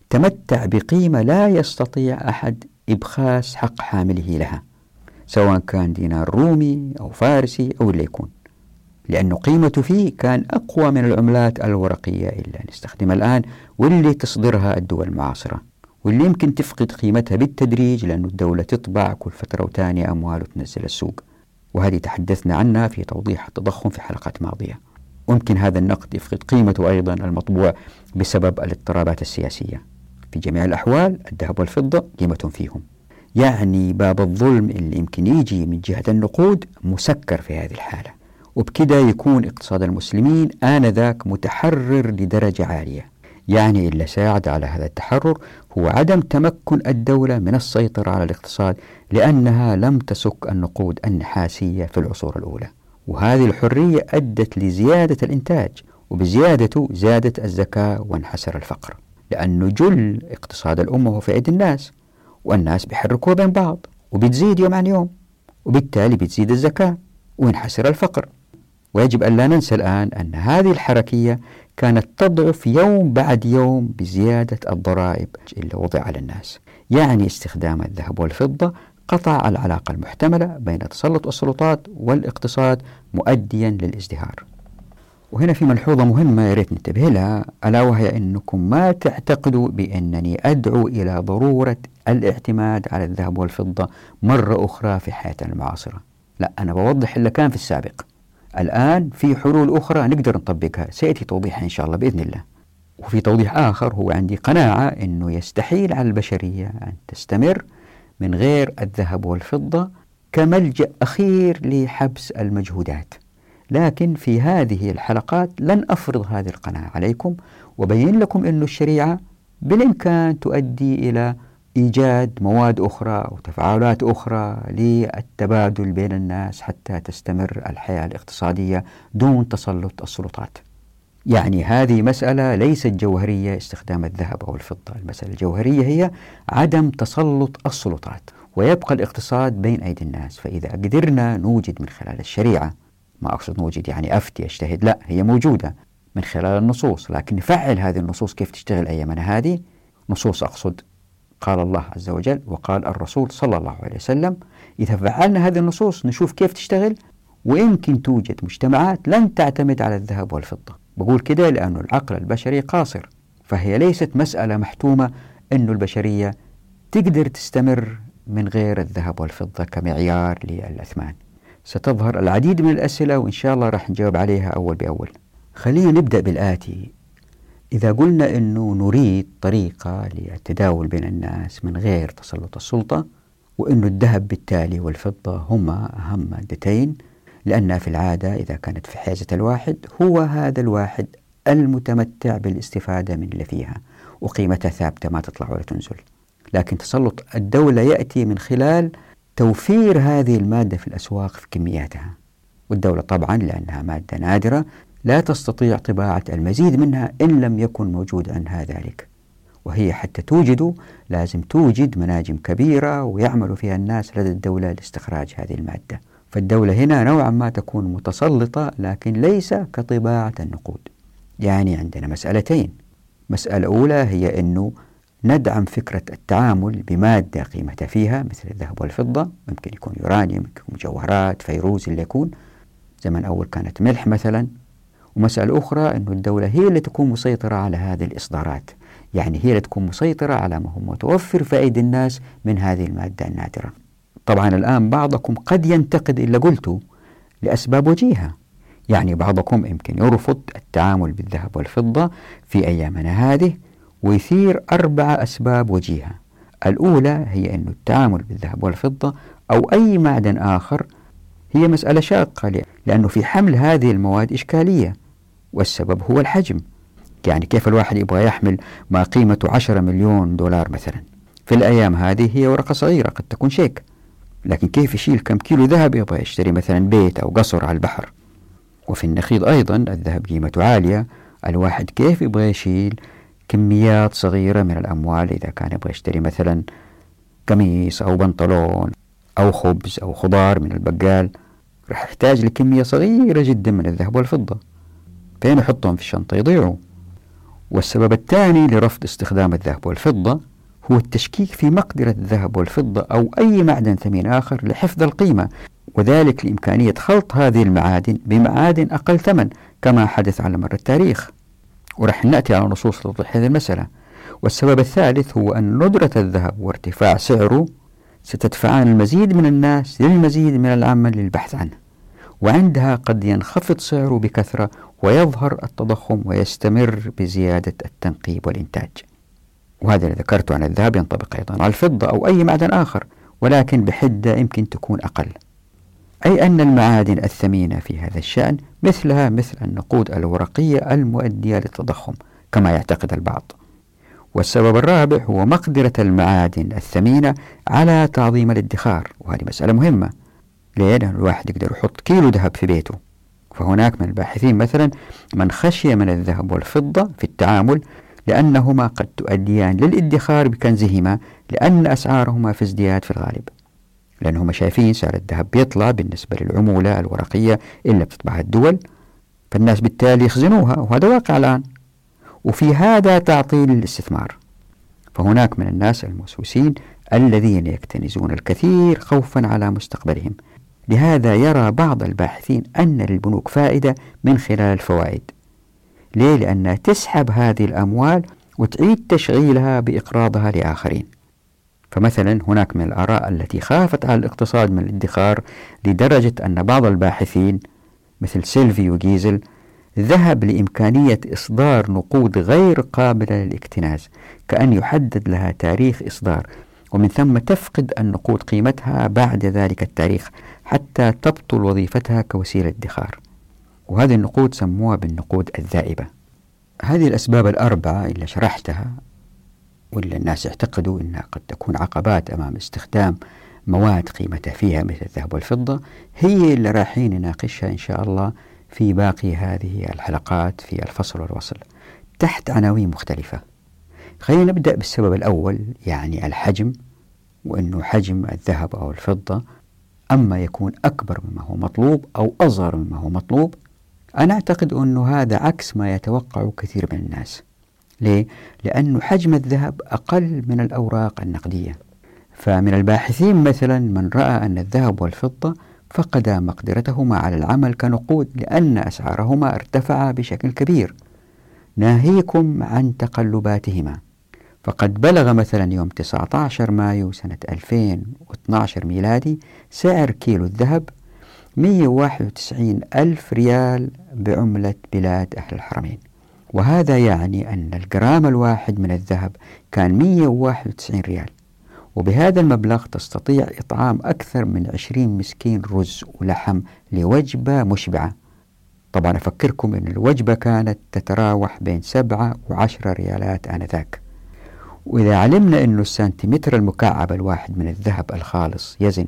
تمتع بقيمة لا يستطيع أحد إبخاس حق حامله لها، سواء كان دينار رومي أو فارسي أو اللي يكون، لأنه قيمته فيه كان أقوى من العملات الورقية اللي نستخدمها الآن واللي تصدرها الدول المعاصرة، واللي يمكن تفقد قيمتها بالتدريج لأنه الدولة تطبع كل فترة وتانية أموال وتنزل السوق، وهذه تحدثنا عنها في توضيح التضخم في حلقات ماضية. ويمكن هذا النقد يفقد قيمته أيضا المطبوع بسبب الاضطرابات السياسية. في جميع الأحوال الذهب والفضة قيمة فيهم، يعني باب الظلم اللي يمكن يجي من جهة النقود مسكر في هذه الحالة، وبكده يكون اقتصاد المسلمين آنذاك متحرر لدرجة عالية. يعني اللي ساعد على هذا التحرر هو عدم تمكن الدولة من السيطرة على الاقتصاد، لأنها لم تسك النقود النحاسية في العصور الأولى، وهذه الحرية أدت لزيادة الإنتاج، وبزيادته زادت الزكاة وانحسر الفقر، لأنه جل اقتصاد الأمة هو في أيدي الناس، والناس بيحركوا بين بعض وبتزيد يوم عن يوم، وبالتالي بتزيد الزكاة وينحسر الفقر. ويجب أن لا ننسى الآن أن هذه الحركية كانت تضعف يوم بعد يوم بزيادة الضرائب اللي وضع على الناس. يعني استخدام الذهب والفضة قطع العلاقة المحتملة بين تسلط السلطات والاقتصاد مؤديا للازدهار. وهنا في ملحوظة مهمة يا ريت ننتبه لها، ألا وهي أنكم ما تعتقدوا بأنني أدعو إلى ضرورة الاعتماد على الذهب والفضة مرة أخرى في حياتنا المعاصرة. لا، أنا بوضح اللي كان في السابق. الآن في حلول أخرى نقدر نطبقها، سيأتي توضيحها إن شاء الله بإذن الله. وفي توضيح آخر، هو عندي قناعة أنه يستحيل على البشرية أن تستمر من غير الذهب والفضة كملجأ أخير لحبس المجهودات. لكن في هذه الحلقات لن أفرض هذه القناعة عليكم، وبين لكم أن الشريعة بالإمكان تؤدي إلى إيجاد مواد أخرى أو تفاعلات أخرى للتبادل بين الناس حتى تستمر الحياة الاقتصادية دون تسلط السلطات. يعني هذه مسألة ليست جوهرية استخدام الذهب أو الفضة، المسألة الجوهرية هي عدم تسلط السلطات، ويبقى الاقتصاد بين أيدي الناس. فإذا قدرنا نوجد من خلال الشريعة، ما أقصد نوجد يعني أفتي أجتهد، لا، هي موجودة من خلال النصوص، لكن نفعل هذه النصوص كيف تشتغل أيامنا هذه. نصوص أقصد قال الله عز وجل وقال الرسول صلى الله عليه وسلم. إذا فعلنا هذه النصوص نشوف كيف تشتغل، ويمكن توجد مجتمعات لن تعتمد على الذهب والفضة. بقول كده لأن العقل البشري قاصر، فهي ليست مسألة محتومة أن البشرية تقدر تستمر من غير الذهب والفضة كمعيار للأثمان. ستظهر العديد من الأسئلة وإن شاء الله راح نجاوب عليها أول بأول. خلينا نبدأ بالآتي. إذا قلنا أنه نريد طريقة للتداول بين الناس من غير تسلط السلطة، وأنه الذهب بالتالي والفضة هما أهم مادتين، لأنها في العادة إذا كانت في حيزة الواحد هو هذا الواحد المتمتع بالاستفادة من اللي فيها، وقيمتها ثابتة ما تطلع ولا تنزل. لكن تسلط الدولة يأتي من خلال توفير هذه المادة في الأسواق في كمياتها، والدولة طبعا لأنها مادة نادرة لا تستطيع طباعة المزيد منها إن لم يكن موجود عندها ذلك، وهي حتى توجده لازم توجد مناجم كبيرة ويعمل فيها الناس لدى الدولة لاستخراج هذه المادة. فالدولة هنا نوعا ما تكون متسلطة، لكن ليس كطباعة النقود. يعني عندنا مسألتين. مسألة أولى هي أنه ندعم فكرة التعامل بمادة قيمتها فيها مثل الذهب والفضة، ممكن يكون يورانيوم، ممكن يكون مجوهرات، فيروز اللي يكون. زمن أول كانت ملح مثلا. ومسألة أخرى أنه الدولة هي اللي تكون مسيطرة على هذه الإصدارات، يعني هي اللي تكون مسيطرة على ما هو متوفر في أيدي الناس من هذه المادة النادرة. طبعا الآن بعضكم قد ينتقد إلا قلته لأسباب وجيهة. يعني بعضكم يمكن يرفض التعامل بالذهب والفضة في أيامنا هذه ويثير 4 أسباب وجيهة. الأولى هي أن التعامل بالذهب والفضة أو أي معدن آخر هي مسألة شاقة، لأنه في حمل هذه المواد إشكالية، والسبب هو الحجم. يعني كيف الواحد يبغى يحمل ما قيمته 10 مليون دولار مثلا؟ في الأيام هذه هي ورقة صغيرة قد تكون شيك، لكن كيف يشيل كم كيلو ذهب يبغى يشتري مثلا بيت أو قصر على البحر؟ وفي النقيض أيضا الذهب قيمته عالية، الواحد كيف يبغى يشيل كميات صغيرة من الأموال إذا كان يبغى يشتري مثلا قميص أو بنطلون أو خبز أو خضار من البقال؟ راح يحتاج لكمية صغيرة جدا من الذهب والفضة. فين يحطهم في الشنطة؟ يضيعوا. والسبب الثاني لرفض استخدام الذهب والفضة هو التشكيك في مقدرة الذهب والفضة أو أي معدن ثمين آخر لحفظ القيمة، وذلك لإمكانية خلط هذه المعادن بمعادن أقل ثمن كما حدث على مر التاريخ، ورح نأتي على نصوص لتوضيح هذه المسألة. والسبب الثالث هو أن ندرة الذهب وارتفاع سعره ستدفعان المزيد من الناس للمزيد من العمل للبحث عنه، وعندها قد ينخفض سعره بكثرة ويظهر التضخم ويستمر بزيادة التنقيب والإنتاج. وهذا اللي ذكرته عن الذهب ينطبق أيضا على الفضة أو أي معدن آخر، ولكن بحدة يمكن تكون أقل، أي أن المعادن الثمينة في هذا الشأن مثلها مثل النقود الورقية المؤدية للتضخم كما يعتقد البعض. والسبب الرابع هو مقدرة المعادن الثمينة على تعظيم الادخار، وهذه مسألة مهمة. لأن الواحد يقدر يحط كيلو ذهب في بيته، فهناك من الباحثين مثلا من خشي من الذهب والفضة في التعامل لأنهما قد تؤديان للادخار بكنزهما، لأن أسعارهما في ازدياد في الغالب، لأنهم شايفين سعر الذهب بيطلع بالنسبة للعمولة الورقية اللي بتطبعها الدول، فالناس بالتالي يخزنوها، وهذا واقع الآن، وفي هذا تعطيل للاستثمار. فهناك من الناس الموسوسين الذين يكتنزون الكثير خوفا على مستقبلهم. لهذا يرى بعض الباحثين أن للبنوك فائدة من خلال الفوائد. ليه؟ لأنها تسحب هذه الأموال وتعيد تشغيلها بإقراضها لآخرين. فمثلا هناك من الآراء التي خافت على الاقتصاد من الادخار لدرجة أن بعض الباحثين مثل سيلفي وجيزل ذهب لإمكانية إصدار نقود غير قابلة للاكتناز، كأن يحدد لها تاريخ إصدار، ومن ثم تفقد النقود قيمتها بعد ذلك التاريخ حتى تبطل وظيفتها كوسيلة ادخار. وهذه النقود سموها بالنقود الذائبة. هذه الأسباب الأربعة اللي شرحتها واللي الناس يعتقدوا أنها قد تكون عقبات أمام استخدام مواد قيمتها فيها مثل الذهب والفضة هي اللي رايحين نناقشها إن شاء الله في باقي هذه الحلقات في الفصل والوصل تحت عناوين مختلفة. خلينا نبدأ بالسبب الأول، يعني الحجم، وأنه حجم الذهب أو الفضة أما يكون أكبر مما هو مطلوب أو أصغر مما هو مطلوب. أنا أعتقد أنه هذا عكس ما يتوقع كثير من الناس. ليه؟ لأن حجم الذهب أقل من الأوراق النقدية. فمن الباحثين مثلا من رأى أن الذهب والفضة فقدا مقدرتهما على العمل كنقود لأن أسعارهما ارتفع بشكل كبير، ناهيكم عن تقلباتهما. فقد بلغ مثلا يوم 19 مايو سنة 2012 ميلادي سعر كيلو الذهب 191 ألف ريال بعملة بلاد أهل الحرمين، وهذا يعني أن الجرام الواحد من الذهب كان 191 ريال، وبهذا المبلغ تستطيع إطعام أكثر من 20 مسكين رز ولحم لوجبة مشبعة. طبعا أفكركم أن الوجبة كانت تتراوح بين 7 و10 ريالات آنذاك. وإذا علمنا أن السنتيمتر المكعب الواحد من الذهب الخالص يزن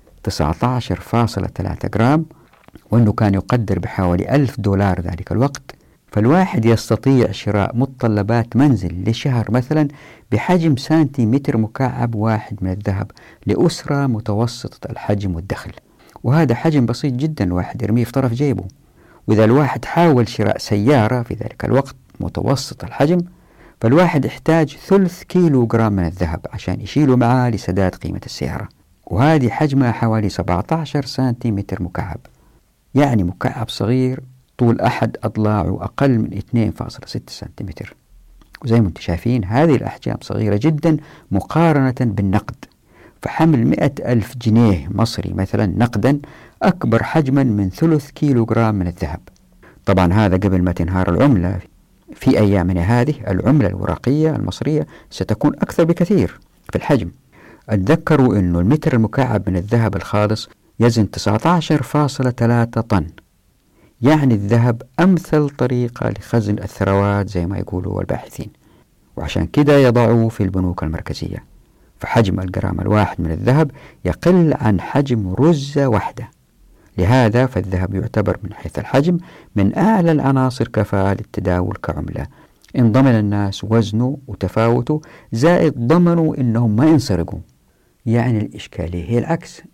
19.3 جرام، وأنه كان يقدر بحوالي $1000 ذلك الوقت، فالواحد يستطيع شراء متطلبات منزل لشهر مثلا بحجم سنتيمتر مكعب واحد من الذهب لأسرة متوسطة الحجم والدخل، وهذا حجم بسيط جدا الواحد يرميه في طرف جيبه. وإذا الواحد حاول شراء سيارة في ذلك الوقت متوسط الحجم، فالواحد يحتاج 3 كيلو جرام من الذهب عشان يشيله معاه لسداد قيمة السيارة، وهذه حجمها حوالي 17 سنتيمتر مكعب، يعني مكعب صغير طول أحد أضلاعه أقل من 2.6 سنتيمتر. وزي ما انتم شايفين هذه الأحجام صغيرة جدا مقارنة بالنقد، فحمل 100,000 جنيه مصري مثلا نقدا أكبر حجما من 3 كيلو جرام من الذهب. طبعا هذا قبل ما تنهار العملة. في أيامنا هذه العملة الورقية المصرية ستكون أكثر بكثير في الحجم. أتذكروا أنه المتر المكعب من الذهب الخالص يزن 19.3 طن، يعني الذهب أمثل طريقة لخزن الثروات زي ما يقولوا الباحثين، وعشان كده يضعوه في البنوك المركزية. فحجم الجرام الواحد من الذهب يقل عن حجم رزة واحدة. لهذا فالذهب يعتبر من حيث الحجم من أعلى العناصر كفاءة للتداول كعملة، إن ضمن الناس وزنه وتفاوته، زائد ضمنوا إنهم ما ينسرقوا. يعني الإشكالية هي العكس،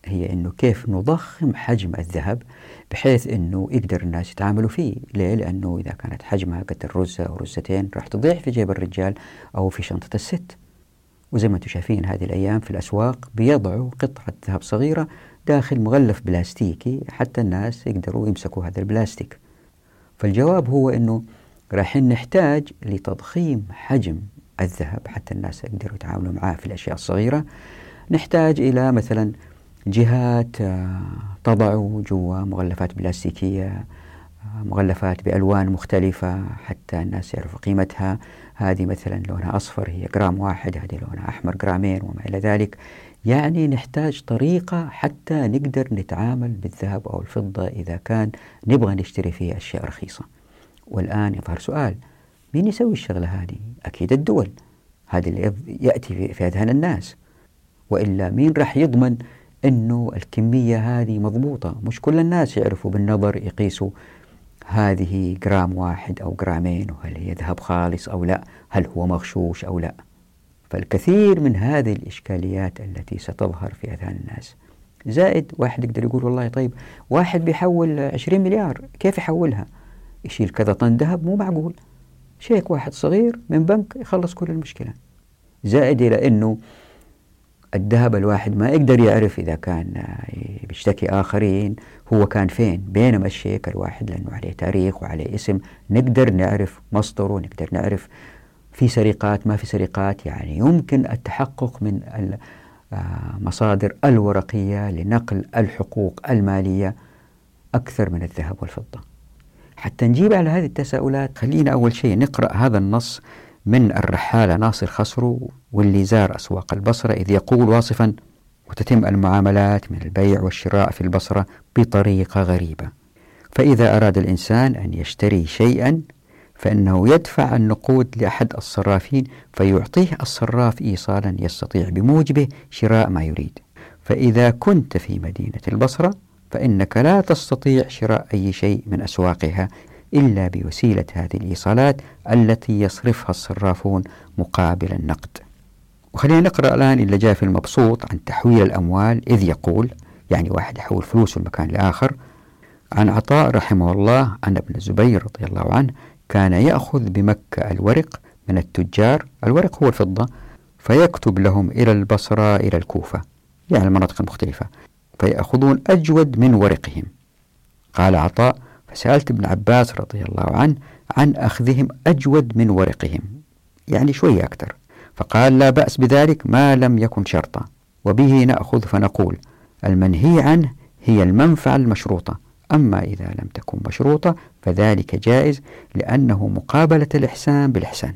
هي أنه كيف نضخم حجم الذهب بحيث أنه يقدر الناس يتعاملوا فيه. ليه؟ لأنه إذا كانت حجمها قد الرزة أو رزتين راح تضيع في جيب الرجال أو في شنطة الست. وزي ما أنتم شايفين هذه الأيام في الأسواق بيضعوا قطعة ذهب صغيرة داخل مغلف بلاستيكي حتى الناس يقدروا يمسكوا هذا البلاستيك. فالجواب هو أنه راح نحتاج لتضخيم حجم الذهب حتى الناس يقدروا يتعاملوا معاه في الأشياء الصغيرة. نحتاج إلى مثلا جهات تضع جوا مغلفات بلاستيكية، مغلفات بألوان مختلفة حتى الناس يعرفوا قيمتها. هذه مثلا لونها أصفر هي جرام واحد، هذه لونها أحمر جرامين وما إلى ذلك. يعني نحتاج طريقة حتى نقدر نتعامل بالذهب أو الفضة إذا كان نبغى نشتري فيه أشياء رخيصة. والآن يظهر سؤال، مين يسوي الشغلة هذه؟ أكيد الدول، هذه اللي يأتي في أذهان الناس. وإلا مين راح يضمن أنه الكمية هذه مضبوطة؟ مش كل الناس يعرفوا بالنظر يقيسوا هذه جرام واحد أو جرامين، وهل هي ذهب خالص أو لا، هل هو مغشوش أو لا. فالكثير من هذه الإشكاليات التي ستظهر في أذهان الناس. زائد واحد يقدر يقول والله طيب واحد بيحول 20 مليار كيف يحولها؟ يشيل كذا طن ذهب؟ مو معقول. شيك واحد صغير من بنك يخلص كل المشكلة. زائد إلى أنه الذهب الواحد ما يقدر يعرف إذا كان بيشتكي آخرين هو كان فين، بينما الشيك الواحد لأنه عليه تاريخ وعليه اسم نقدر نعرف مصدره، نقدر نعرف في سرقات ما في سرقات. يعني يمكن التحقق من المصادر الورقية لنقل الحقوق المالية أكثر من الذهب والفضة. حتى نجيب على هذه التساؤلات خلينا أول شيء نقرأ هذا النص من الرحالة ناصر خسرو واللي زار أسواق البصرة، إذ يقول واصفا: وتتم المعاملات من البيع والشراء في البصرة بطريقة غريبة. فإذا أراد الإنسان أن يشتري شيئا فإنه يدفع النقود لأحد الصرافين فيعطيه الصراف إيصالا يستطيع بموجبه شراء ما يريد. فإذا كنت في مدينة البصرة فإنك لا تستطيع شراء أي شيء من أسواقها إلا بوسيلة هذه الإيصالات التي يصرفها الصرافون مقابل النقد. وخلينا نقرأ الآن اللي جاء في المبسوط عن تحويل الأموال، إذ يقول يعني واحد يحول فلوسه المكان لآخر. عن عطاء رحمه الله أن ابن الزبير رضي الله عنه كان يأخذ بمكة الورق من التجار، الورق هو الفضة، فيكتب لهم إلى البصرة إلى الكوفة، يعني المناطق المختلفة، فيأخذون أجود من ورقهم. قال عطاء: فسألت ابن عباس رضي الله عنه عن أخذهم أجود من ورقهم، يعني شوية أكثر، فقال: لا بأس بذلك ما لم يكن شرطا، وبه نأخذ فنقول المنهي عنه هي المنفعة المشروطة، أما إذا لم تكن مشروطة فذلك جائز، لأنه مقابلة الإحسان بالإحسان،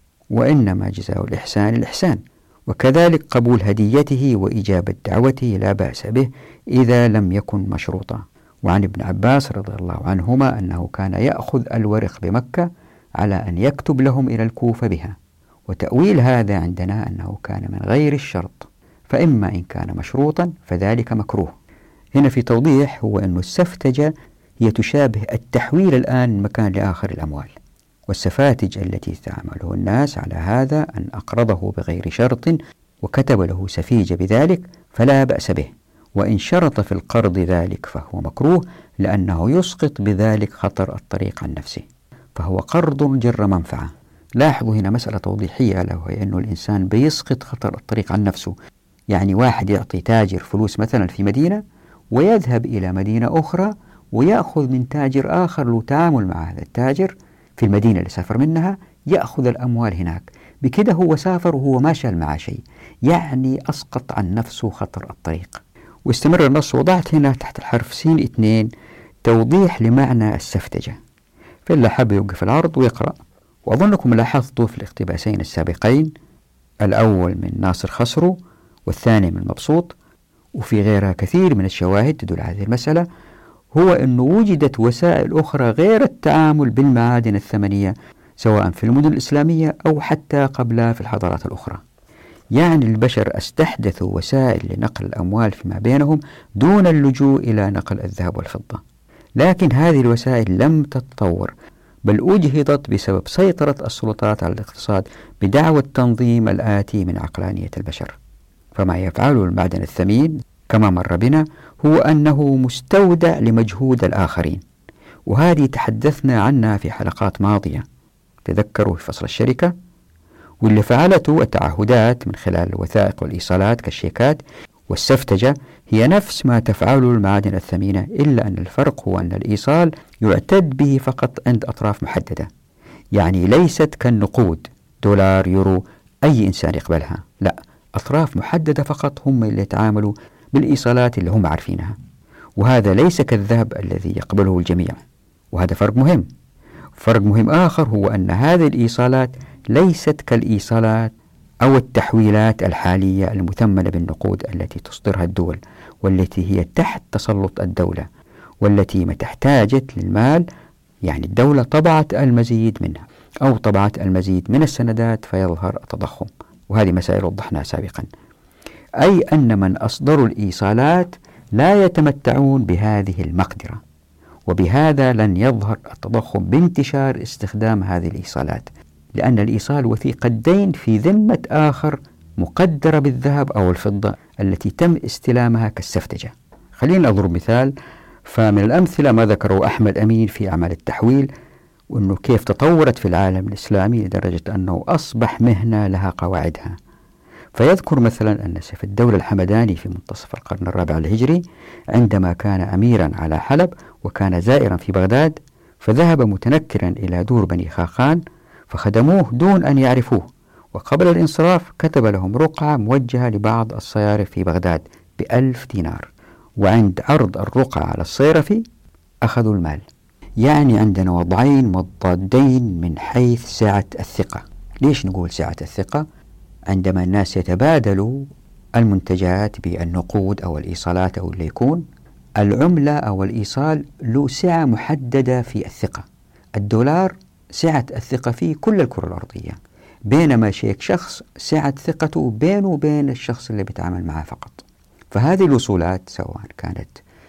وإنما جزاء الإحسان الإحسان. وكذلك قبول هديته وإجابة دعوته لا بأس به إذا لم يكن مشروطا. وعن ابن عباس رضي الله عنهما أنه كان يأخذ الورق بمكة على أن يكتب لهم إلى الكوفة بها. وتأويل هذا عندنا أنه كان من غير الشرط، فإما إن كان مشروطا فذلك مكروه. هنا في توضيح هو أن السفتجة هي تشابه التحويل الآن من مكان لآخر الأموال، والسفاتج التي تعمله الناس على هذا أن أقرضه بغير شرط وكتب له سفيجة بذلك فلا بأس به، وإن شرط في القرض ذلك فهو مكروه، لأنه يسقط بذلك خطر الطريق عن نفسه، فهو قرض جر منفعة. لاحظوا هنا مسألة توضيحية، وهي أنه الإنسان بيسقط خطر الطريق عن نفسه. يعني واحد يعطي تاجر فلوس مثلا في مدينة ويذهب إلى مدينة أخرى ويأخذ من تاجر آخر له تعامل مع هذا التاجر في المدينة اللي سافر منها، يأخذ الأموال هناك، بكده هو سافر وهو ما شال معه شيء، يعني أسقط عن نفسه خطر الطريق. واستمر النص. وضعت هنا تحت الحرف سين 2 توضيح لمعنى السفتجة، فإلا حب يوقف العرض ويقرأ. وأظنكم لاحظتوا في الاقتباسين السابقين، الأول من ناصر خسرو والثاني من مبسوط، وفي غيرها كثير من الشواهد تدل على هذه المسألة، هو أنه وجدت وسائل أخرى غير التعامل بالمعادن الثمنية سواء في المدن الإسلامية أو حتى قبلها في الحضارات الأخرى. يعني البشر استحدثوا وسائل لنقل الأموال فيما بينهم دون اللجوء إلى نقل الذهب والفضة، لكن هذه الوسائل لم تتطور، بل أجهضت بسبب سيطرة السلطات على الاقتصاد بدعوى التنظيم الآتي من عقلانية البشر. فما يفعله المعدن الثمين كما مر بنا هو أنه مستودع لمجهود الآخرين، وهذه تحدثنا عنها في حلقات ماضية، تذكروا في فصل الشركة. واللي فعلته التعهدات من خلال الوثائق والإيصالات كالشيكات والسفتجة هي نفس ما تفعله المعادن الثمينة، إلا أن الفرق هو أن الإيصال يعتد به فقط عند أطراف محددة، يعني ليست كالنقود دولار يورو أي إنسان يقبلها، لا، أطراف محددة فقط هم اللي يتعاملوا بالإيصالات اللي هم عارفينها، وهذا ليس كالذهب الذي يقبله الجميع. وهذا فرق مهم. فرق مهم آخر هو أن هذه الإيصالات ليست كالإيصالات أو التحويلات الحالية المثمنة بالنقود التي تصدرها الدول، والتي هي تحت تسلط الدولة، والتي متى احتاجت للمال يعني الدولة طبعت المزيد منها أو طبعت المزيد من السندات فيظهر التضخم، وهذه مسائل وضحناها سابقا. أي أن من أصدروا الإيصالات لا يتمتعون بهذه المقدرة، وبهذا لن يظهر التضخم بانتشار استخدام هذه الإيصالات، لأن الإيصال وثيقة دين في ذمة آخر مقدرة بالذهب أو الفضة التي تم استلامها كالسفتجة. خلينا نضرب مثال. فمن الأمثلة ما ذكره أحمد أمين في أعمال التحويل، وأنه كيف تطورت في العالم الإسلامي لدرجة أنه أصبح مهنة لها قواعدها. فيذكر مثلا أن سيف الدولة الحمداني في منتصف القرن الرابع الهجري عندما كان أميرا على حلب وكان زائرا في بغداد، فذهب متنكرا إلى دور بني خاقان فخدموه دون أن يعرفوه، وقبل الانصراف كتب لهم رقعة موجهة لبعض الصيارف في بغداد ب1000 دينار، وعند عرض الرقعة على الصيرفي أخذوا المال. يعني عندنا وضعين مضادين من حيث سعة الثقة. ليش نقول سعة الثقة؟ عندما الناس يتبادلوا المنتجات بالنقود أو الإيصالات أو اللي يكون، العملة أو الإيصال له سعة محددة في الثقة. الدولار سعة الثقة فيه كل الكرة الأرضية، بينما شيك شخص سعة ثقته بينه وبين الشخص اللي بيتعامل معه فقط. فهذه الوصولات سواء كانت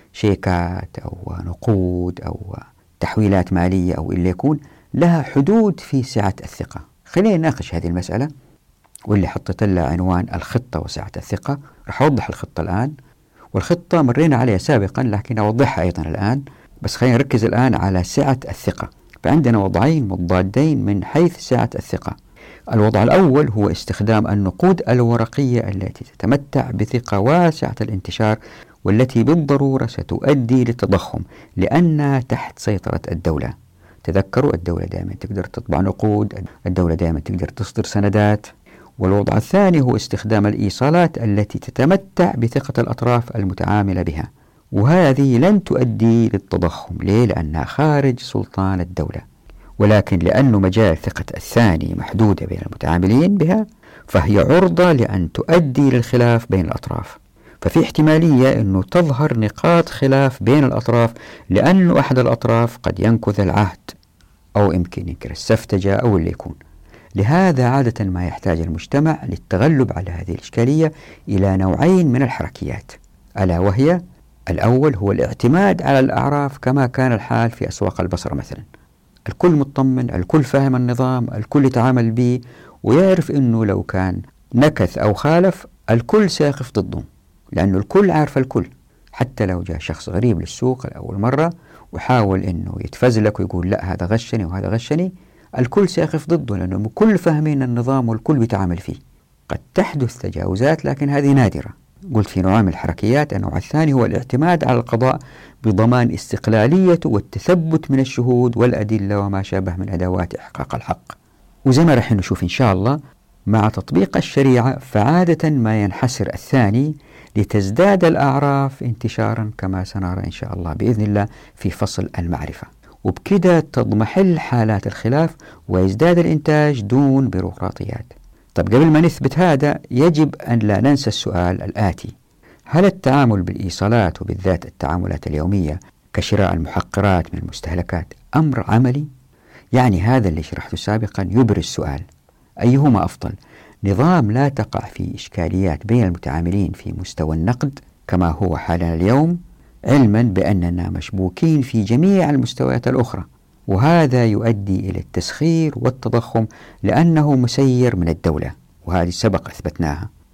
شيكات أو نقود أو تحويلات مالية أو اللي يكون، لها حدود في سعة الثقة. خلينا نناقش هذه المسألة، واللي حطيت لها عنوان الخطة وسعة الثقة. رح أوضح الخطة الآن، والخطة مرينا عليها سابقا لكن أوضحها أيضا الآن، بس خلينا نركز الآن على سعة الثقة. فعندنا وضعين مضادين من حيث سعة الثقة. الوضع الأول هو استخدام النقود الورقية التي تتمتع بثقة واسعة الانتشار، والتي بالضرورة ستؤدي للتضخم لأنها تحت سيطرة الدولة. تذكروا الدولة دائما تقدر تطبع نقود، الدولة دائما تقدر تصدر سندات. والوضع الثاني هو استخدام الإيصالات التي تتمتع بثقة الأطراف المتعاملة بها، وهذه لن تؤدي للتضخم. ليه؟ لأنها خارج سلطان الدولة، ولكن لأن مجال ثقة الثاني محدودة بين المتعاملين بها، فهي عرضة لأن تؤدي للخلاف بين الأطراف. ففي احتمالية أنه تظهر نقاط خلاف بين الأطراف، لأن أحد الأطراف قد ينكث العهد أو يمكن ينكر السفتجة أو اللي يكون. لهذا عادة ما يحتاج المجتمع للتغلب على هذه الإشكالية إلى نوعين من الحركيات، ألا وهي: الأول هو الاعتماد على الأعراف كما كان الحال في أسواق البصرة مثلا، الكل مطمن، الكل فاهم النظام، الكل يتعامل به، ويعرف أنه لو كان نكث أو خالف الكل سيقف ضده، لأنه الكل عارف الكل. حتى لو جاء شخص غريب للسوق لأول مرة وحاول أنه يتفزلك ويقول لا هذا غشني وهذا غشني، الكل سيقف ضده، لأنه كل فاهمين النظام والكل بيتعامل فيه. قد تحدث تجاوزات لكن هذه نادرة. قلت في نوع من الحركيات. النوع الثاني هو الاعتماد على القضاء بضمان استقلاليته والتثبت من الشهود والأدلة وما شابه من أدوات إحقاق الحق. وزي ما رح نشوف إن شاء الله مع تطبيق الشريعة، فعادة ما ينحسر الثاني لتزداد الأعراف انتشارا، كما سنرى إن شاء الله بإذن الله في فصل المعرفة، وبكده تضمحل حالات الخلاف ويزداد الإنتاج دون بيروقراطيات. طب قبل ما نثبت هذا يجب أن لا ننسى السؤال الآتي: هل التعامل بالإيصالات وبالذات التعاملات اليومية كشراء المحقرات من المستهلكات أمر عملي؟ يعني هذا اللي شرحته سابقا يبرز سؤال: أيهما أفضل؟ نظام لا تقع فيه إشكاليات بين المتعاملين في مستوى النقد كما هو حالنا اليوم، علما بأننا مشبوكين في جميع المستويات الأخرى، وهذا يؤدي إلى التسخير والتضخم لأنه مسير من الدولة، وهذه سبق أثبتناها.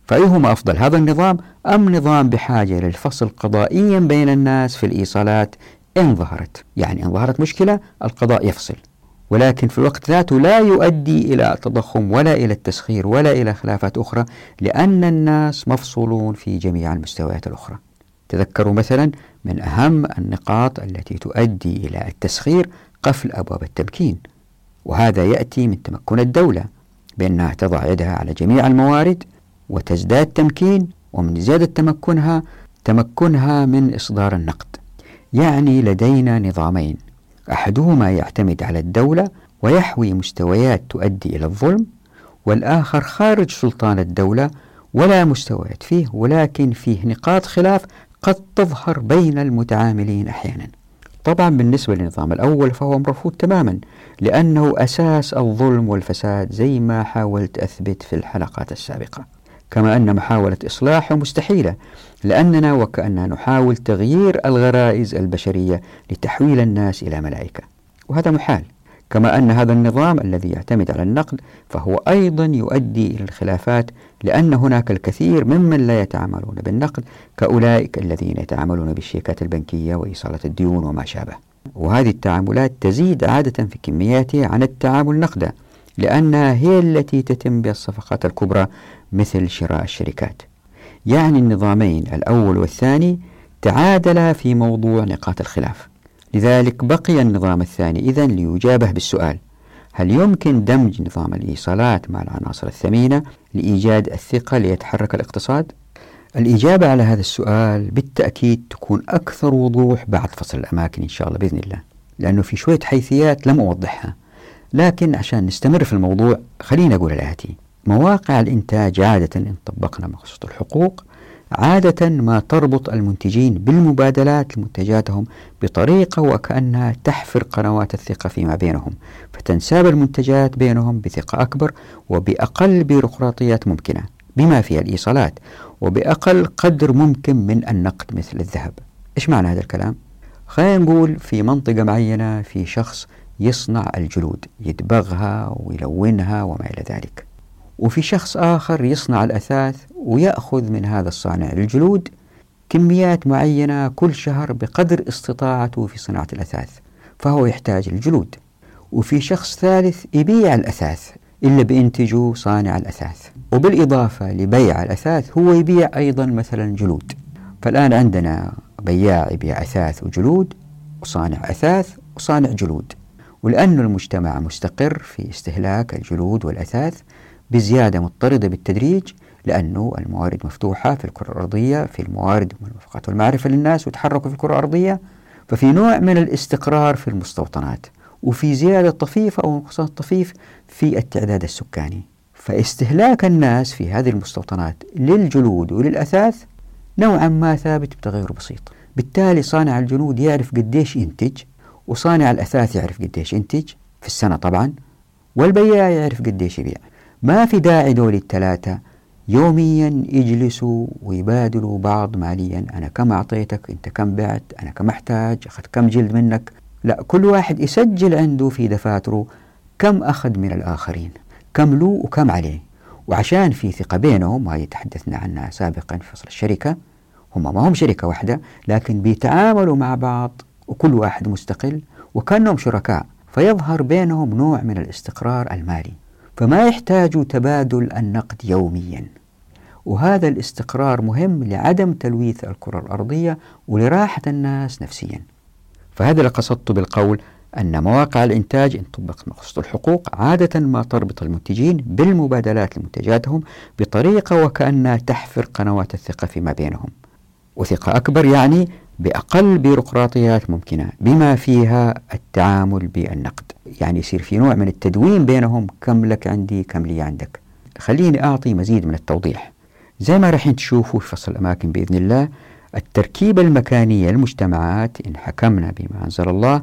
فأيهما أفضل، هذا النظام أم نظام بحاجة للفصل قضائيا بين الناس في الإيصالات إن ظهرت؟ يعني إن ظهرت مشكلة القضاء يفصل، ولكن في الوقت ذاته لا يؤدي إلى التضخم ولا إلى التسخير ولا إلى خلافات أخرى، لأن الناس مفصولون في جميع المستويات الأخرى. تذكروا مثلا من أهم النقاط التي تؤدي إلى التسخير قفل أبواب التمكين، وهذا يأتي من تمكن الدولة بأنها تضع يدها على جميع الموارد وتزداد تمكين، ومن زيادة تمكنها من إصدار النقد. يعني لدينا نظامين، أحدهما يعتمد على الدولة ويحوي مستويات تؤدي إلى الظلم، والآخر خارج سلطان الدولة ولا مستويات فيه، ولكن فيه نقاط خلاف قد تظهر بين المتعاملين أحيانا. طبعا بالنسبة للنظام الأول فهو مرفوض تماما، لأنه أساس الظلم والفساد زي ما حاولت أثبت في الحلقات السابقة، كما أن محاولة إصلاحه مستحيلة، لأننا وكأننا نحاول تغيير الغرائز البشرية لتحويل الناس إلى ملائكة، وهذا محال. كما أن هذا النظام الذي يعتمد على النقد فهو أيضا يؤدي إلى الخلافات، لأن هناك الكثير ممن لا يتعاملون بالنقد كأولئك الذين يتعاملون بالشيكات البنكية وإيصالة الديون وما شابه، وهذه التعاملات تزيد عادة في كمياتها عن التعامل نقدا، لأنها هي التي تتم بالصفقات الكبرى مثل شراء الشركات. يعني النظامين الأول والثاني تعادلا في موضوع نقاط الخلاف، لذلك بقي النظام الثاني إذن ليجابه بالسؤال: هل يمكن دمج نظام الإيصالات مع العناصر الثمينة لإيجاد الثقة ليتحرك الاقتصاد؟ الإجابة على هذا السؤال بالتأكيد تكون أكثر وضوح بعد فصل الأماكن إن شاء الله بإذن الله، لأنه في شوية حيثيات لم أوضحها، لكن عشان نستمر في الموضوع خلينا أقول الآتي: مواقع الإنتاج عادة إن طبقنا مقصود الحقوق عادة ما تربط المنتجين بالمبادلات لمنتجاتهم بطريقة وكأنها تحفر قنوات الثقة فيما بينهم، فتنساب المنتجات بينهم بثقة أكبر وبأقل بيروقراطيات ممكنة بما فيها الإيصالات، وبأقل قدر ممكن من النقد مثل الذهب. إيش معنى هذا الكلام؟ خلينا نقول في منطقة معينة في شخص يصنع الجلود، يدبغها ويلونها وما إلى ذلك، وفي شخص آخر يصنع الأثاث ويأخذ من هذا الصانع الجلود كميات معينة كل شهر بقدر استطاعته في صناعة الأثاث، فهو يحتاج الجلود. وفي شخص ثالث يبيع الأثاث إلا بإنتجه صانع الأثاث، وبالإضافة لبيع الأثاث هو يبيع أيضا مثلا جلود. فالآن عندنا بياع يبيع أثاث وجلود، وصانع أثاث وصانع جلود، ولأن المجتمع مستقر في استهلاك الجلود والأثاث بزيادة مضطردة بالتدريج، لأنه الموارد مفتوحة في الكرة الأرضية، في الموارد والمرافقات والمعرفة للناس وتحركوا في الكرة الأرضية، ففي نوع من الاستقرار في المستوطنات، وفي زيادة طفيفة أو نقصان طفيف في التعداد السكاني. فاستهلاك الناس في هذه المستوطنات للجلود وللأثاث نوعا ما ثابت بتغير بسيط، بالتالي صانع الجلود يعرف قديش ينتج، وصانع الأثاث يعرف قديش ينتج في السنة طبعا، والبياع يعرف قديش يبيع. ما في داعي دول الثلاثة يوميا يجلسوا ويبادلوا بعض ماليا، أنا كم أعطيتك، أنت كم بعت، أنا كم أحتاج، أخذ كم جلد منك. لا، كل واحد يسجل عنده في دفاتره كم أخذ من الآخرين، كم له وكم عليه، وعشان في ثقة بينهم، وهي تحدثنا عنها سابقا في فصل الشركة، هم ما هم شركة واحدة لكن بيتعاملوا مع بعض وكل واحد مستقل وكأنهم شركاء، فيظهر بينهم نوع من الاستقرار المالي، فما يحتاجوا تبادل النقد يوميا. وهذا الاستقرار مهم لعدم تلويث الكرة الأرضية ولراحة الناس نفسيا. فهذا اللي قصدت بالقول أن مواقع الإنتاج إن طبقت مقصود الحقوق عادة ما تربط المنتجين بالمبادلات لمنتجاتهم بطريقة وكأنها تحفر قنوات الثقة فيما بينهم، وثقة أكبر يعني بأقل بيروقراطيات ممكنة بما فيها التعامل بالنقد، يعني يصير في نوع من التدوين بينهم، كم لك عندي كم لي عندك. خليني أعطي مزيد من التوضيح. زي ما راح تشوفوا في فصل الأماكن بإذن الله، التركيبة المكانية للمجتمعات إن حكمنا بما أنزل الله،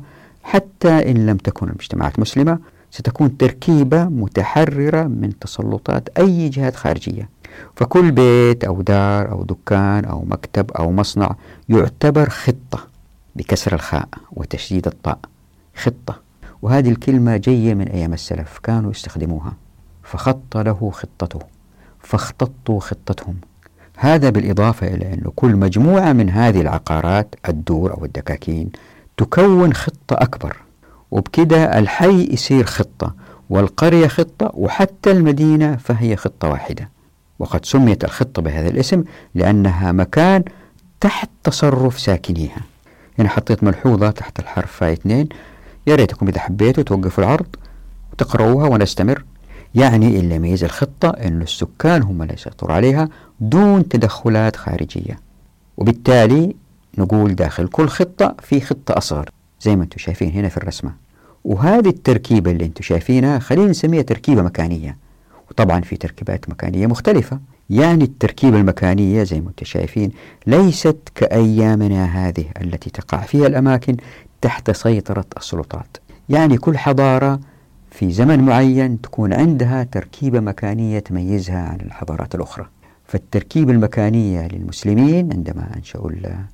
حتى إن لم تكن المجتمعات مسلمة، ستكون تركيبة متحررة من تسلطات أي جهات خارجية. فكل بيت أو دار أو دكان أو مكتب أو مصنع يعتبر خطة بكسر الخاء وتشديد الطاء، خطة، وهذه الكلمة جاية من أيام السلف كانوا يستخدموها. فخط له خطته، فاختطوا خطتهم. هذا بالإضافة إلى أن كل مجموعة من هذه العقارات الدور أو الدكاكين تكون خطة أكبر، وبكده الحي يصير خطة، والقرية خطة، وحتى المدينة فهي خطة واحدة. وقد سميت الخطة بهذا الاسم لأنها مكان تحت تصرف ساكنيها. هنا حطيت ملحوظة تحت الحرف فاء 2، يا ريتكم إذا حبيتوا توقفوا العرض وتقرؤوها ونستمر. يعني اللي يميز الخطة أن السكان هم اللي يسيطروا عليها دون تدخلات خارجية، وبالتالي نقول داخل كل خطة في خطة أصغر زي ما أنتم شايفين هنا في الرسمة. وهذه التركيبة اللي أنتم شايفينها خلينا نسميها تركيبة مكانية، وطبعا في تركيبات مكانية مختلفة. يعني التركيبة المكانية زي ما أنتم شايفين ليست كأيامنا هذه التي تقع فيها الأماكن تحت سيطرة السلطات. يعني كل حضارة في زمن معين تكون عندها تركيبة مكانية تميزها عن الحضارات الأخرى. فالتركيبة المكانية للمسلمين عندما أنشأوا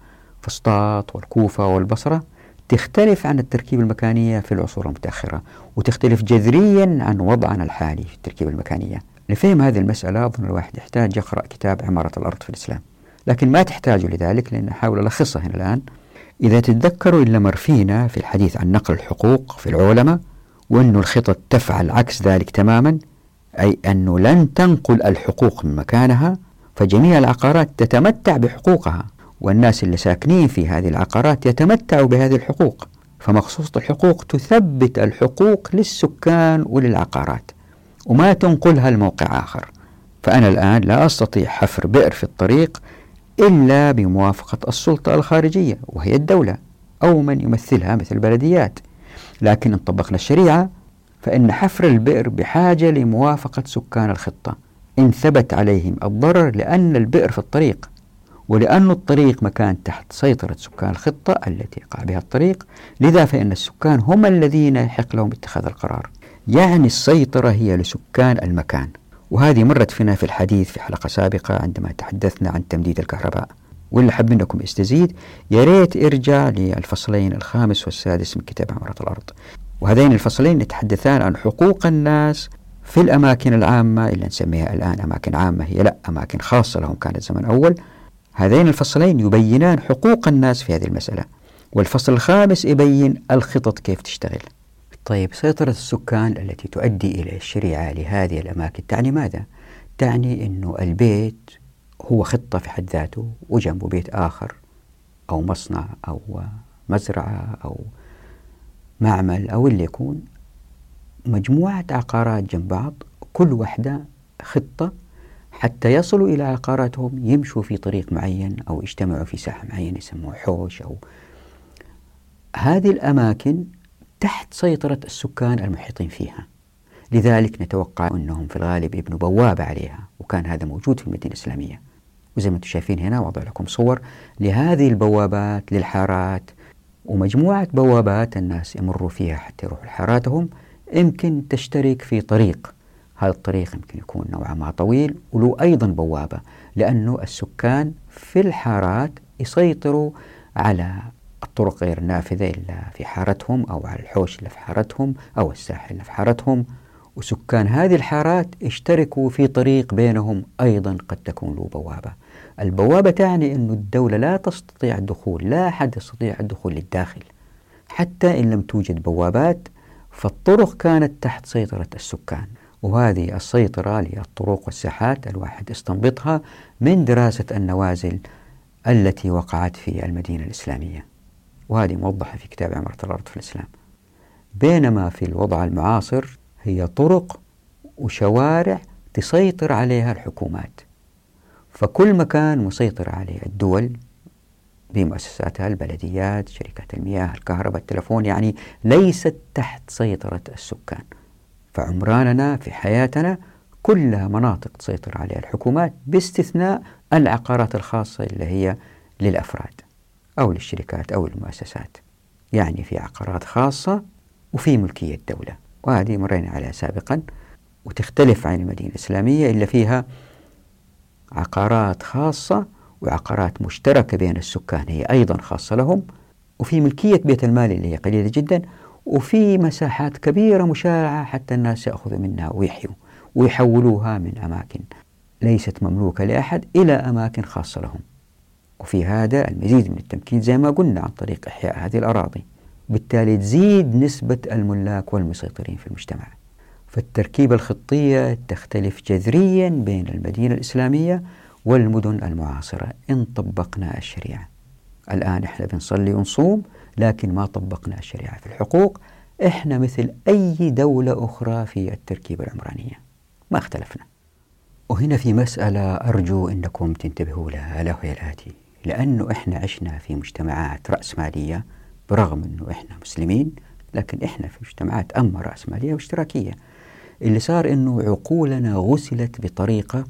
الفسطاط والكوفة والبصرة تختلف عن التركيبة المكانية في العصور المتأخرة، وتختلف جذريا عن وضعنا الحالي في التركيبة المكانية. لفهم هذه المسألة أظن الواحد يحتاج يقرأ كتاب عمارة الأرض في الإسلام، لكن ما تحتاجوا لذلك لأن أحاول ألخصها هنا الآن. إذا تتذكروا إلا مرفينا في الحديث عن نقل الحقوق في العولمة، وأن الخطط تفعل عكس ذلك تماما، أي أنه لن تنقل الحقوق من مكانها، فجميع العقارات تتمتع بحقوقها، والناس اللي ساكنين في هذه العقارات يتمتعوا بهذه الحقوق. فمخصوصة الحقوق تثبت الحقوق للسكان وللعقارات وما تنقلها لموقع آخر. فأنا الآن لا أستطيع حفر بئر في الطريق إلا بموافقة السلطة الخارجية وهي الدولة أو من يمثلها مثل البلديات. لكن إن طبقنا الشريعة فإن حفر البئر بحاجة لموافقة سكان الخطة إن ثبت عليهم الضرر، لأن البئر في الطريق، ولأن الطريق مكان تحت سيطرة سكان الخطة التي يقع بها الطريق، لذا فإن السكان هم الذين يحق لهم اتخاذ القرار. يعني السيطرة هي لسكان المكان. وهذه مرت فينا في الحديث في حلقة سابقة عندما تحدثنا عن تمديد الكهرباء. واللي حاب منكم يستزيد يا ريت ارجع للفصلين الخامس والسادس من كتاب عمارة الأرض، وهذين الفصلين يتحدثان عن حقوق الناس في الأماكن العامة اللي نسميها الآن أماكن عامة، هي لا أماكن خاصة لهم كانت زمن أول. هذين الفصلين يبينان حقوق الناس في هذه المسألة، والفصل الخامس يبين الخطط كيف تشتغل. طيب، سيطرة السكان التي تؤدي إلى الشريعة لهذه الأماكن تعني ماذا؟ تعني أنه البيت هو خطة في حد ذاته، وجنبه بيت آخر أو مصنع أو مزرعة أو معمل أو اللي يكون، مجموعة عقارات جنب بعض، كل واحدة خطة حتى يصلوا إلى عقاراتهم، يمشوا في طريق معين أو يجتمعوا في ساحة معين يسموه حوش. أو هذه الأماكن تحت سيطرة السكان المحيطين فيها، لذلك نتوقع أنهم في الغالب يبنوا بوابة عليها، وكان هذا موجود في المدينة الإسلامية. وزي ما انتم شايفين هنا وضع لكم صور لهذه البوابات للحارات، ومجموعة بوابات الناس يمروا فيها حتى يروحوا لحاراتهم. يمكن تشترك في طريق، هذا الطريق يمكن يكون نوعا ما طويل وله أيضا بوابة، لأنه السكان في الحارات يسيطروا على الطرق غير النافذة إلا في حارتهم، أو على الحوش اللي في حارتهم، أو الساحة اللي في حارتهم. وسكان هذه الحارات اشتركوا في طريق بينهم أيضا قد تكون له بوابة. البوابة تعني أن الدولة لا تستطيع الدخول، لا أحد يستطيع الدخول للداخل حتى إن لم توجد بوابات، فالطرق كانت تحت سيطرة السكان. وهذه السيطرة للطرق والساحات الواحد استنبطها من دراسة النوازل التي وقعت في المدينة الإسلامية، وهذه موضحة في كتاب عمارة الأرض في الإسلام. بينما في الوضع المعاصر هي طرق وشوارع تسيطر عليها الحكومات، فكل مكان مسيطر عليه الدول بمؤسساتها، البلديات، شركات المياه، الكهرباء، التلفون، يعني ليست تحت سيطرة السكان. فعمراننا في حياتنا كلها مناطق تسيطر عليها الحكومات، باستثناء العقارات الخاصة اللي هي للأفراد أو للشركات أو المؤسسات. يعني في عقارات خاصة وفي ملكية الدولة، وهذه مرينا عليها سابقا. وتختلف عن المدينة الإسلامية إلا فيها عقارات خاصة وعقارات مشتركة بين السكان هي أيضا خاصة لهم، وفي ملكية بيت المال اللي هي قليلة جدا، وفي مساحات كبيرة مشارعة حتى الناس يأخذوا منها ويحيوا ويحولوها من أماكن ليست مملوكة لأحد إلى أماكن خاصة لهم. وفي هذا المزيد من التمكين زي ما قلنا عن طريق إحياء هذه الأراضي، بالتالي تزيد نسبة الملاك والمسيطرين في المجتمع. فالتركيبة الخطية تختلف جذريا بين المدينة الإسلامية والمدن المعاصرة إن طبقنا الشريعة. الآن إحنا بنصلي ونصوم لكن ما طبقنا الشريعة في الحقوق، إحنا مثل أي دولة أخرى في التركيبة العمرانية، ما اختلفنا. وهنا في مسألة أرجو أنكم تنتبهوا لها، ألا وهي الآتي: لأنه إحنا عشنا في مجتمعات رأسمالية برغم أنه إحنا مسلمين، لكن إحنا في مجتمعات أما رأسمالية واشتراكية. اللي صار أنه عقولنا غسلت بطريقة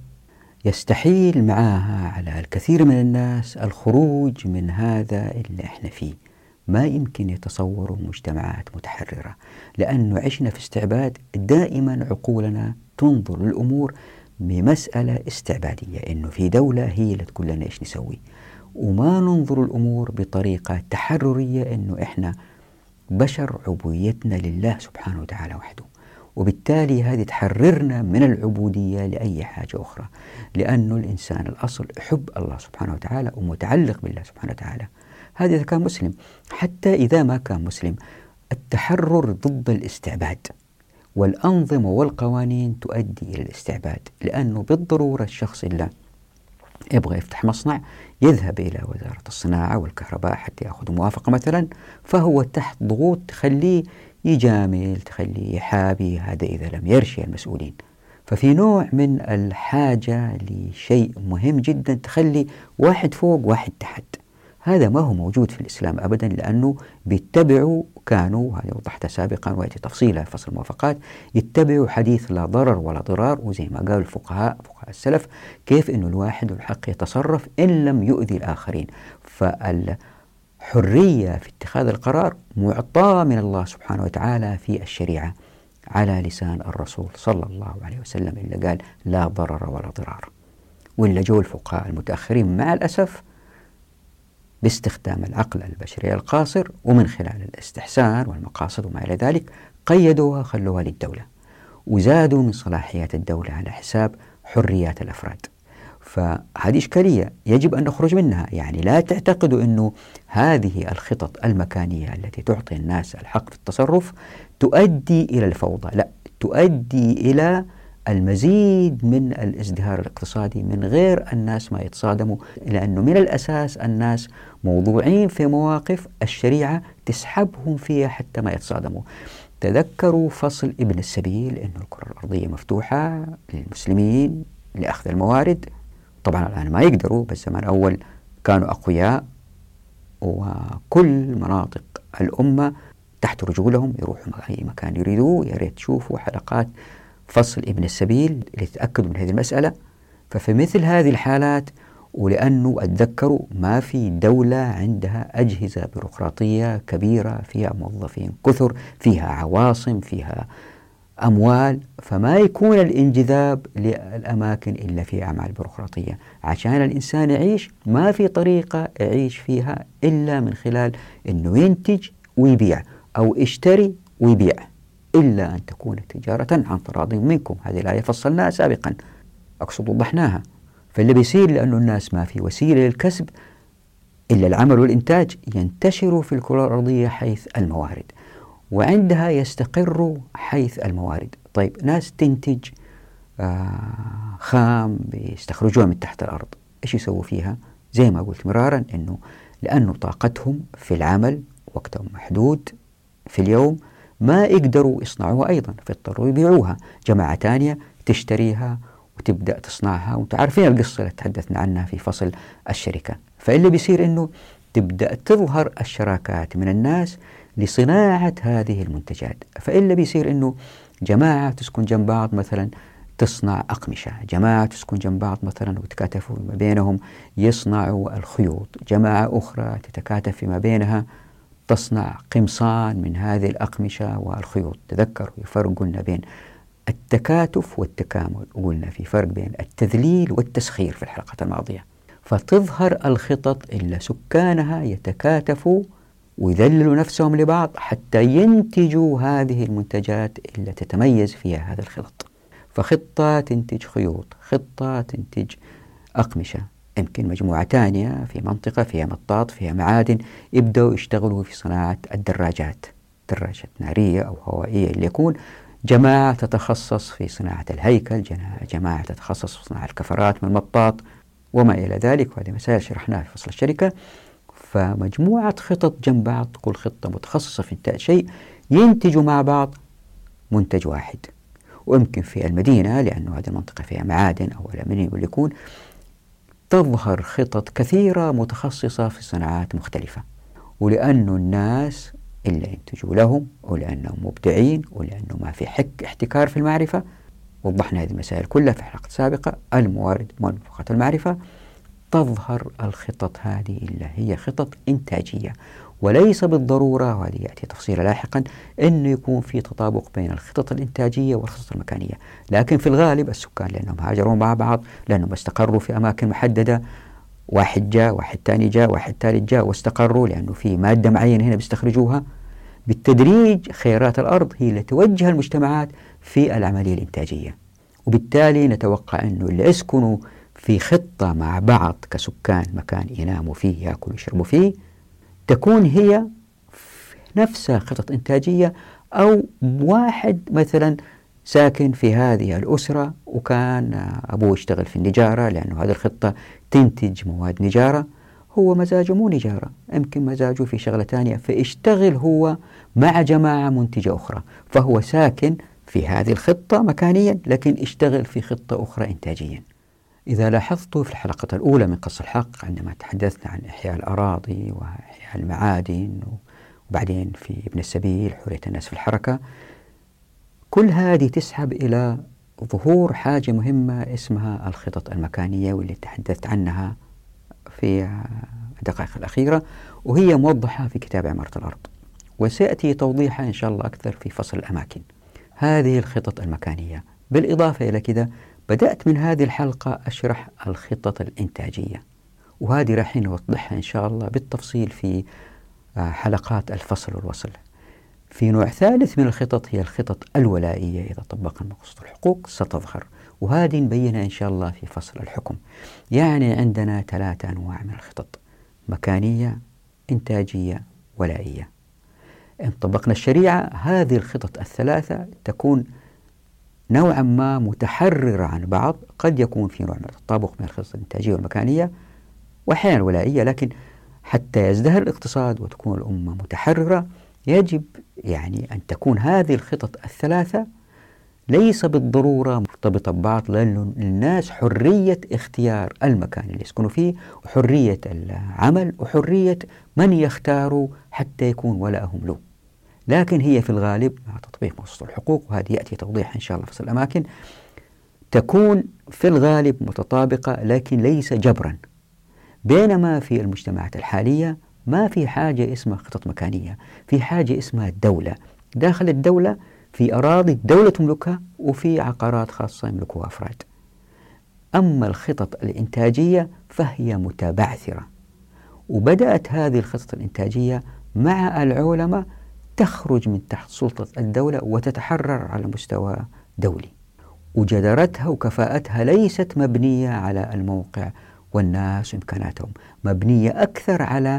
يستحيل معها على الكثير من الناس الخروج من هذا اللي إحنا فيه. ما يمكن يتصوروا مجتمعات متحررة، لأنه عشنا في استعباد. دائما عقولنا تنظر للأمور بمسألة استعبادية، إنه في دولة هي اللي تقول لنا إيش نسوي، وما ننظر الأمور بطريقة تحررية، إنه إحنا بشر عبوديتنا لله سبحانه وتعالى وحده. وبالتالي هذه تحررنا من العبودية لأي حاجة أخرى، لأنه الإنسان الأصل حب الله سبحانه وتعالى ومتعلق بالله سبحانه وتعالى. هذا إذا كان مسلم. حتى إذا ما كان مسلم، التحرر ضد الاستعباد، والأنظمة والقوانين تؤدي إلى الاستعباد، لأنه بالضرورة الشخص اللي يبغى يفتح مصنع يذهب إلى وزارة الصناعة والكهرباء حتى يأخذ موافقة مثلا، فهو تحت ضغوط تخليه يجامل، تخليه يحابي، هذا إذا لم يرشي المسؤولين. ففي نوع من الحاجة لشيء مهم جدا تخلي واحد فوق واحد تحت. هذا ما هو موجود في الإسلام أبدا، لأنه بيتبعوا، كانوا هذا وضحت سابقا ويأتي تفصيلها في فصل الموافقات، يتبعوا حديث لا ضرر ولا ضرار. وزي ما قال فقهاء السلف كيف أنه الواحد الحق يتصرف إن لم يؤذي الآخرين. فالحرية في اتخاذ القرار معطاة من الله سبحانه وتعالى في الشريعة على لسان الرسول صلى الله عليه وسلم، اللي قال لا ضرر ولا ضرار. وإلا جو الفقهاء المتأخرين مع الأسف باستخدام العقل البشري القاصر ومن خلال الاستحسان والمقاصد وما إلى ذلك قيدوها، خلوها للدولة، وزادوا من صلاحيات الدولة على حساب حريات الأفراد. فهذه إشكالية يجب أن نخرج منها. يعني لا تعتقدوا أنه هذه الخطط المكانية التي تعطي الناس الحق في التصرف تؤدي إلى الفوضى، لا، تؤدي إلى المزيد من الازدهار الاقتصادي من غير الناس ما يتصادموا، لأنه من الأساس الناس موضوعين في مواقف الشريعة تسحبهم فيها حتى ما يتصادموا. تذكروا فصل ابن السبيل، أنه الكرة الأرضية مفتوحة للمسلمين لأخذ الموارد. طبعا الآن ما يقدروا، بس زمان أول كانوا أقوياء وكل مناطق الأمة تحت رجولهم، يروحوا أي مكان يريدوه. يا ريت تشوفوا حلقات فصل ابن السبيل لتتأكدوا من هذه المسألة. ففي مثل هذه الحالات، ولأنه أتذكروا ما في دولة عندها أجهزة بيروقراطية كبيرة فيها موظفين كثر، فيها عواصم، فيها أموال، فما يكون الانجذاب للأماكن إلا في أعمال بيروقراطية. عشان الإنسان يعيش ما في طريقة يعيش فيها إلا من خلال أنه ينتج ويبيع أو يشتري ويبيع، إلا أن تكون تجارة عن تراض منكم. هذه الآية فصلناها سابقا، أقصد وضحناها. فاللي بيصير لأنه الناس ما في وسيلة للكسب إلا العمل والإنتاج، ينتشروا في الكرة الأرضية حيث الموارد، وعندها يستقروا حيث الموارد. طيب ناس تنتج خام بيستخرجوها من تحت الأرض، إيش يسووا فيها؟ زي ما قلت مرارا، إنه لأنه طاقتهم في العمل وقتهم محدود في اليوم، ما يقدروا يصنعوها أيضا، فاضطروا يبيعوها. جماعة تانية تشتريها وتبدأ تصنعها، وتعرفين القصة اللي تحدثنا عنها في فصل الشركة. فاللي بيصير إنه تبدأ تظهر الشراكات من الناس لصناعة هذه المنتجات. فإلا بيصير إنه جماعة تسكن جنب بعض مثلا تصنع أقمشة، جماعة تسكن جنب بعض مثلا وتكاتفوا ما بينهم يصنعوا الخيوط، جماعة أخرى تتكاتف فيما بينها تصنع قمصان من هذه الأقمشة والخيوط. تذكروا فرق قلنا بين التكاتف والتكامل، وقلنا في فرق بين التذليل والتسخير في الحلقة الماضية. فتظهر الخطط إلا سكانها يتكاتفوا ويذللوا نفسهم لبعض حتى ينتجوا هذه المنتجات اللي تتميز فيها هذه الخطط. فخطة تنتج خيوط، خطة تنتج أقمشة. يمكن مجموعة تانية في منطقة فيها مطاط فيها معادن يبدأوا يشتغلوا في صناعة الدراجات، دراجات نارية أو هوائية، اللي يكون جماعة تتخصص في صناعة الهيكل، جماعة تتخصص في صناعة الكفرات من المطاط وما إلى ذلك، وهذه مسائل شرحناها في فصل الشركة. فمجموعة خطط جنب بعض، كل خطة متخصصة في إنتاج شيء، ينتجوا مع بعض منتج واحد. ويمكن في المدينة لأنه هذه المنطقة فيها معادن أو ألمنيوم واللي يكون، تظهر خطط كثيرة متخصصة في صناعات مختلفة، ولأنه الناس إلا ينتجوا لهم، ولأنهم مبدعين، ولأنه ما في احتكار في المعرفة. وضحنا هذه المسائل كلها في الحلقة السابقة، الموارد منفقة المعرفة. تظهر الخطط هذه إلا هي خطط إنتاجية، وليس بالضرورة، وهذه يأتي تفصيلا لاحقا، أنه يكون في تطابق بين الخطط الإنتاجية والخطط المكانية. لكن في الغالب السكان لأنهم هاجروا مع بعض، لأنهم استقروا في أماكن محددة، واحد جاء، واحد ثاني جاء، واحد ثالث جاء، واستقروا لأنه في مادة معينة هنا بيستخرجوها. بالتدريج خيرات الأرض هي اللي توجه المجتمعات في العملية الإنتاجية، وبالتالي نتوقع أنه اللي يسكنوا في خطة مع بعض كسكان، مكان يناموا فيه يأكلوا يشربوا فيه، تكون هي نفسها خطط إنتاجية. أو واحد مثلا ساكن في هذه الأسرة وكان أبوه يشتغل في النجارة، لأنه هذه الخطة تنتج مواد نجارة، هو مزاجه مو نجارة، يمكن مزاجه في شغلة تانية، فاشتغل هو مع جماعة منتجة أخرى، فهو ساكن في هذه الخطة مكانيا لكن اشتغل في خطة أخرى إنتاجيا. إذا لاحظتوا في الحلقة الأولى من قص الحق عندما تحدثنا عن إحياء الأراضي وإحياء المعادن، وبعدين في ابن السبيل حرية الناس في الحركة، كل هذه تسحب إلى ظهور حاجة مهمة اسمها الخطط المكانية، واللي تحدثت عنها في الدقائق الأخيرة، وهي موضحة في كتاب عمارة الأرض، وسيأتي توضيحها إن شاء الله أكثر في فصل الأماكن. هذه الخطط المكانية، بالإضافة إلى كذا بدأت من هذه الحلقة أشرح الخطط الإنتاجية، وهذه راح نوضحها إن شاء الله بالتفصيل في حلقات الفصل والوصل. في نوع ثالث من الخطط هي الخطط الولائية، إذا طبقنا مقصود الحقوق ستظهر، وهذه نبينها إن شاء الله في فصل الحكم. يعني عندنا 3 أنواع من الخطط: مكانية، إنتاجية، ولائية. إن طبقنا الشريعة هذه الخطط الثلاثة تكون نوعا ما متحررة عن بعض، قد يكون في نوع من التطابق بين الخطط الإنتاجية والمكانية وأحيانا الولائية، لكن حتى يزدهر الاقتصاد وتكون الأمة متحررة يجب يعني أن تكون هذه الخطط الثلاثة ليس بالضرورة مرتبطة ببعض، لأن للناس حرية اختيار المكان اللي يسكنوا فيه، وحرية العمل، وحرية من يختاروا حتى يكون ولاءهم له. لكن هي في الغالب مع تطبيق مقصود الحقوق، وهذه يأتي توضيح إن شاء الله في فصل الأماكن، تكون في الغالب متطابقة لكن ليس جبرا. بينما في المجتمعات الحالية ما في حاجة اسمها خطط مكانية، في حاجة اسمها الدولة. داخل الدولة في أراضي الدولة تملكها، وفي عقارات خاصة يملكوها أفراد. أما الخطط الإنتاجية فهي متبعثرة، وبدأت هذه الخطط الإنتاجية مع العولمة تخرج من تحت سلطة الدولة وتتحرر على مستوى دولي، وجدارتها وكفاءتها ليست مبنية على الموقع والناس وإمكاناتهم، مبنية أكثر على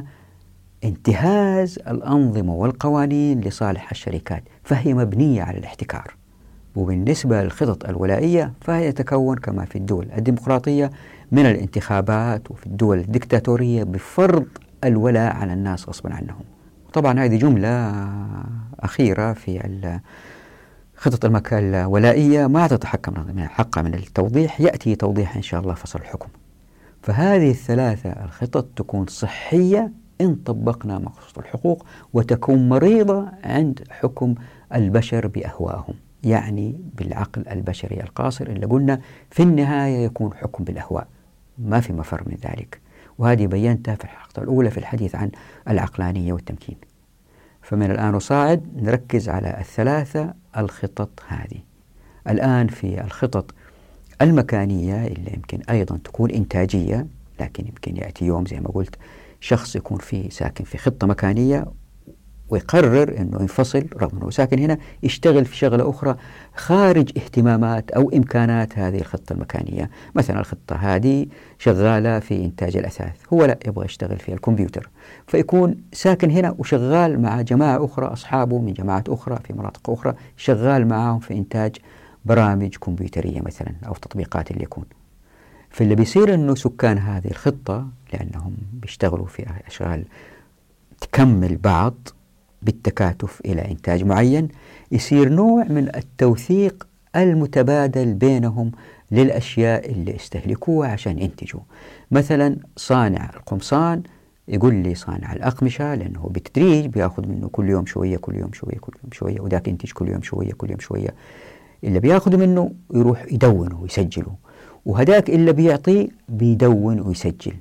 انتهاز الأنظمة والقوانين لصالح الشركات، فهي مبنية على الاحتكار. وبالنسبة للخطط الولائية فهي تتكون كما في الدول الديمقراطية من الانتخابات، وفي الدول الدكتاتورية بفرض الولاء على الناس غصبا عنهم. طبعا هذه جملة أخيرة في خطط الولائية ما تتحكم من حقها من التوضيح، يأتي توضيح إن شاء الله فصل الحكم. فهذه الثلاثة الخطط تكون صحية إن طبقنا مقصود الحقوق، وتكون مريضة عند حكم البشر بأهوائهم، يعني بالعقل البشري القاصر اللي قلنا في النهاية يكون حكم بالأهواء، ما في مفر من ذلك. وهذه بينتها في الحلقة الأولى في الحديث عن العقلانية والتمكين. فمن الآن وصاعد نركز على الثلاثة الخطط هذه. الآن في الخطط المكانية اللي يمكن أيضا تكون إنتاجية، لكن يمكن يأتي يوم زي ما قلت شخص يكون فيه ساكن في خطة مكانية ويقرر أنه ينفصل، رغم أنه ساكن هنا، يشتغل في شغلة أخرى خارج اهتمامات أو إمكانات هذه الخطة المكانية. مثلا الخطة هذه شغالة في إنتاج الأثاث، هو لا يبغى يشتغل في الكمبيوتر، فيكون ساكن هنا وشغال مع جماعة أخرى، أصحابه من جماعات أخرى في مناطق أخرى، شغال معهم في إنتاج برامج كمبيوترية مثلا أو تطبيقات اللي يكون. فاللي بيصير أنه سكان هذه الخطة، لأنهم بيشتغلوا في أشغال تكمل بعض بالتكاتف إلى إنتاج معين، يصير نوع من التوثيق المتبادل بينهم للأشياء اللي استهلكوها عشان ينتجوا. مثلا صانع القمصان يقول لي صانع الأقمشة، لأنه بالتدريج بياخذ منه كل يوم شوية كل يوم شوية كل يوم شوية، وذاك ينتج كل يوم شوية كل يوم شوية، اللي بياخذ منه يروح يدونه ويسجله، وهداك اللي بيعطيه بيدون ويسجل،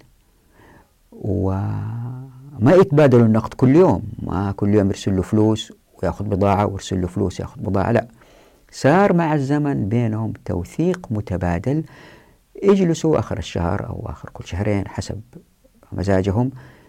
وما يتبادلوا النقد كل يوم، ما كل يوم يرسل له فلوس وياخذ بضاعة ويرسل له فلوس ياخذ بضاعة، لا، صار مع الزمن بينهم توثيق متبادل. يجلسوا آخر الشهر أو آخر كل شهرين حسب مزاجهم،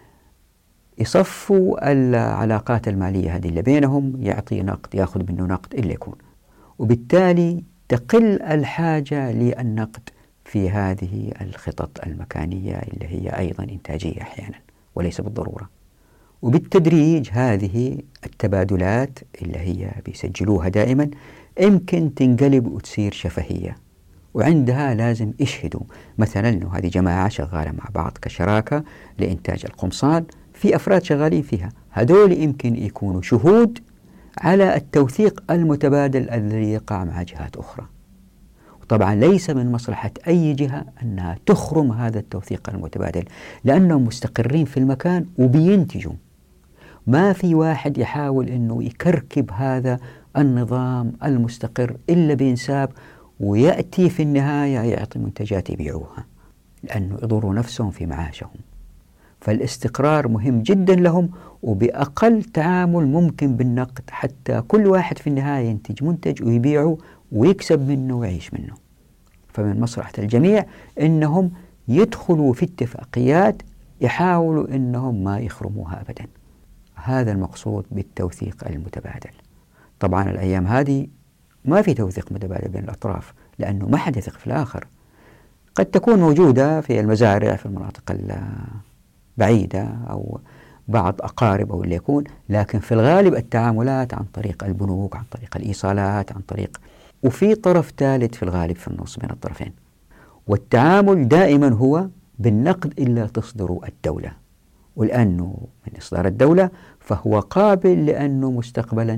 يصفوا العلاقات المالية هذه اللي بينهم، يعطي نقد ياخذ منه نقد اللي يكون، وبالتالي تقل الحاجة للنقد في هذه الخطط المكانية اللي هي أيضا إنتاجية أحيانا وليس بالضرورة. وبالتدريج هذه التبادلات اللي هي بيسجلوها دائما يمكن تنقلب وتصير شفهية، وعندها لازم يشهدوا مثلا أنه هذه جماعة شغالة مع بعض كشراكة لإنتاج القمصان، في أفراد شغالين فيها، هذول يمكن يكونوا شهود على التوثيق المتبادل الذي يقع مع جهات أخرى. طبعا ليس من مصلحة أي جهة أنها تخرم هذا التوثيق المتبادل، لأنهم مستقرين في المكان وبينتجوا، ما في واحد يحاول أنه يكركب هذا النظام المستقر إلا بإنساب، ويأتي في النهاية يعطي منتجات يبيعوها، لأنه يضروا نفسهم في معاشهم. فالاستقرار مهم جدا لهم، وبأقل تعامل ممكن بالنقد، حتى كل واحد في النهاية ينتج منتج ويبيعه ويكسب منه ويعيش منه. فمن مصلحة الجميع أنهم يدخلوا في اتفاقيات يحاولوا أنهم ما يخرموها أبدا. هذا المقصود بالتوثيق المتبادل. طبعا الأيام هذه ما في توثيق متبادل بين الأطراف، لأنه ما حد يثق في الآخر. قد تكون موجودة في المزارع في المناطق البعيدة أو بعض أقارب أو اللي يكون، لكن في الغالب التعاملات عن طريق البنوك، عن طريق الإيصالات، عن طريق، وفي طرف ثالث في الغالب في النص بين الطرفين. والتعامل دائما هو بالنقد إلا تصدر الدولة، ولأنه من إصدار الدولة فهو قابل لأنه مستقبلا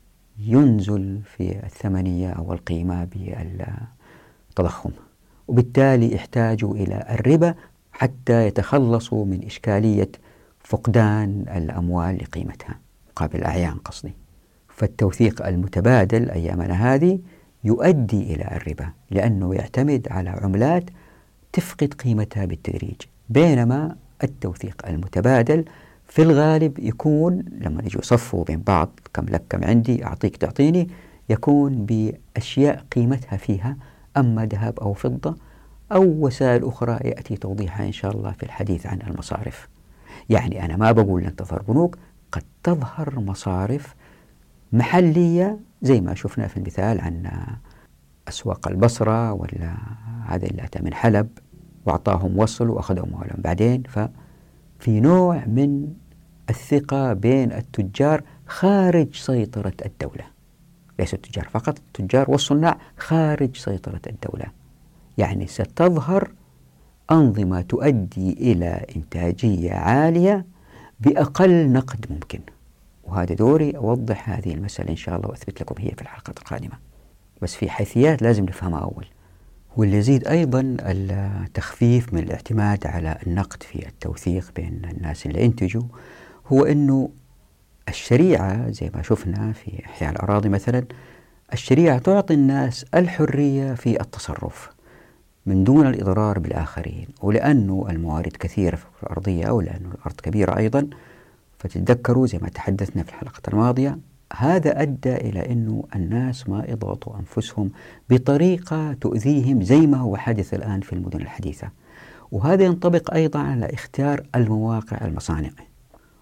ينزل في الثمنية أو القيمة بالتضخم، وبالتالي يحتاجوا إلى الربا حتى يتخلصوا من إشكالية فقدان الأموال لقيمتها مقابل الأعيان قصدي. فالتوثيق المتبادل أيامنا هذه يؤدي إلى الربا، لأنه يعتمد على عملات تفقد قيمتها بالتدريج، بينما التوثيق المتبادل في الغالب يكون لما يجوا يصفوا بين بعض، كم لك كم عندي، أعطيك تعطيني، يكون بأشياء قيمتها فيها، أما ذهب أو فضة أو وسائل أخرى يأتي توضيحها إن شاء الله في الحديث عن المصارف. يعني أنا ما بقول لن تظهر بنوك، قد تظهر مصارف محلية زي ما شفنا في المثال عن أسواق البصرة، ولا هذا اللي أتى من حلب وأعطاهم وصل وأخذوا أموالهم بعدين. ففي نوع من الثقة بين التجار خارج سيطرة الدولة، ليس التجار فقط، التجار والصناع خارج سيطرة الدولة. يعني ستظهر أنظمة تؤدي إلى إنتاجية عالية بأقل نقد ممكن، وهذا دوري أوضح هذه المسألة إن شاء الله وأثبت لكم هي في الحلقة القادمة، بس في حيثيات لازم نفهمها أول. واللي يزيد أيضا التخفيف من الاعتماد على النقد في التوثيق بين الناس اللي ينتجوا، هو أنه الشريعة زي ما شفنا في إحياء الأراضي مثلا، الشريعة تعطي الناس الحرية في التصرف من دون الإضرار بالآخرين، ولأنه الموارد كثيرة في الأرضية أو لأنه الأرض كبيرة أيضا، فتتذكروا زي ما تحدثنا في الحلقة الماضية، هذا أدى إلى أنه الناس ما يضغطوا أنفسهم بطريقة تؤذيهم زي ما هو حادث الآن في المدن الحديثة. وهذا ينطبق أيضا على اختيار المواقع المصانع.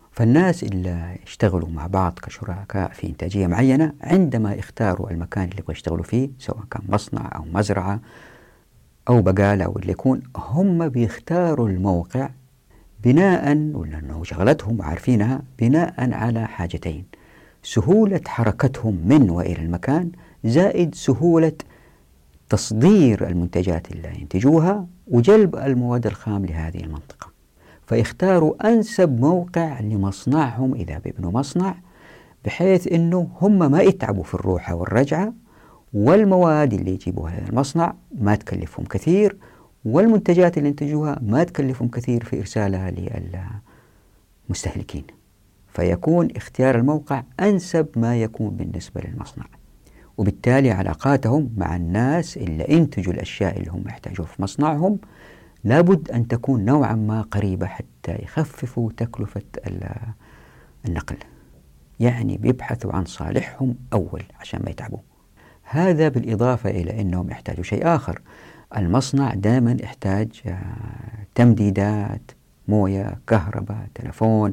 فالناس اللي يشتغلوا مع بعض كشركاء في إنتاجية معينة عندما يختاروا المكان اللي يبغوا يشتغلوا فيه، سواء كان مصنع أو مزرعة أو بقالة أو اللي يكون، هم بيختاروا الموقع بناء، ولأنه شغلتهم عارفينها، بناء على حاجتين: سهولة حركتهم من وإلى المكان، زائد سهولة تصدير المنتجات اللي ينتجوها وجلب المواد الخام لهذه المنطقة. فيختاروا أنسب موقع لمصنعهم إذا بيبنوا مصنع، بحيث أنه هم ما يتعبوا في الروحة والرجعة، والمواد اللي يجيبوها للمصنع ما تكلفهم كثير، والمنتجات اللي ينتجوها ما تكلفهم كثير في إرسالها للمستهلكين. فيكون اختيار الموقع أنسب ما يكون بالنسبة للمصنع، وبالتالي علاقاتهم مع الناس اللي ينتجوا الأشياء اللي هم يحتاجوها في مصنعهم لابد أن تكون نوعا ما قريبة حتى يخففوا تكلفة النقل. يعني بيبحثوا عن صالحهم أول عشان ما يتعبوا. هذا بالإضافة إلى أنهم يحتاجوا شيء آخر. المصنع دائما يحتاج تمديدات، موية، كهرباء، تلفون،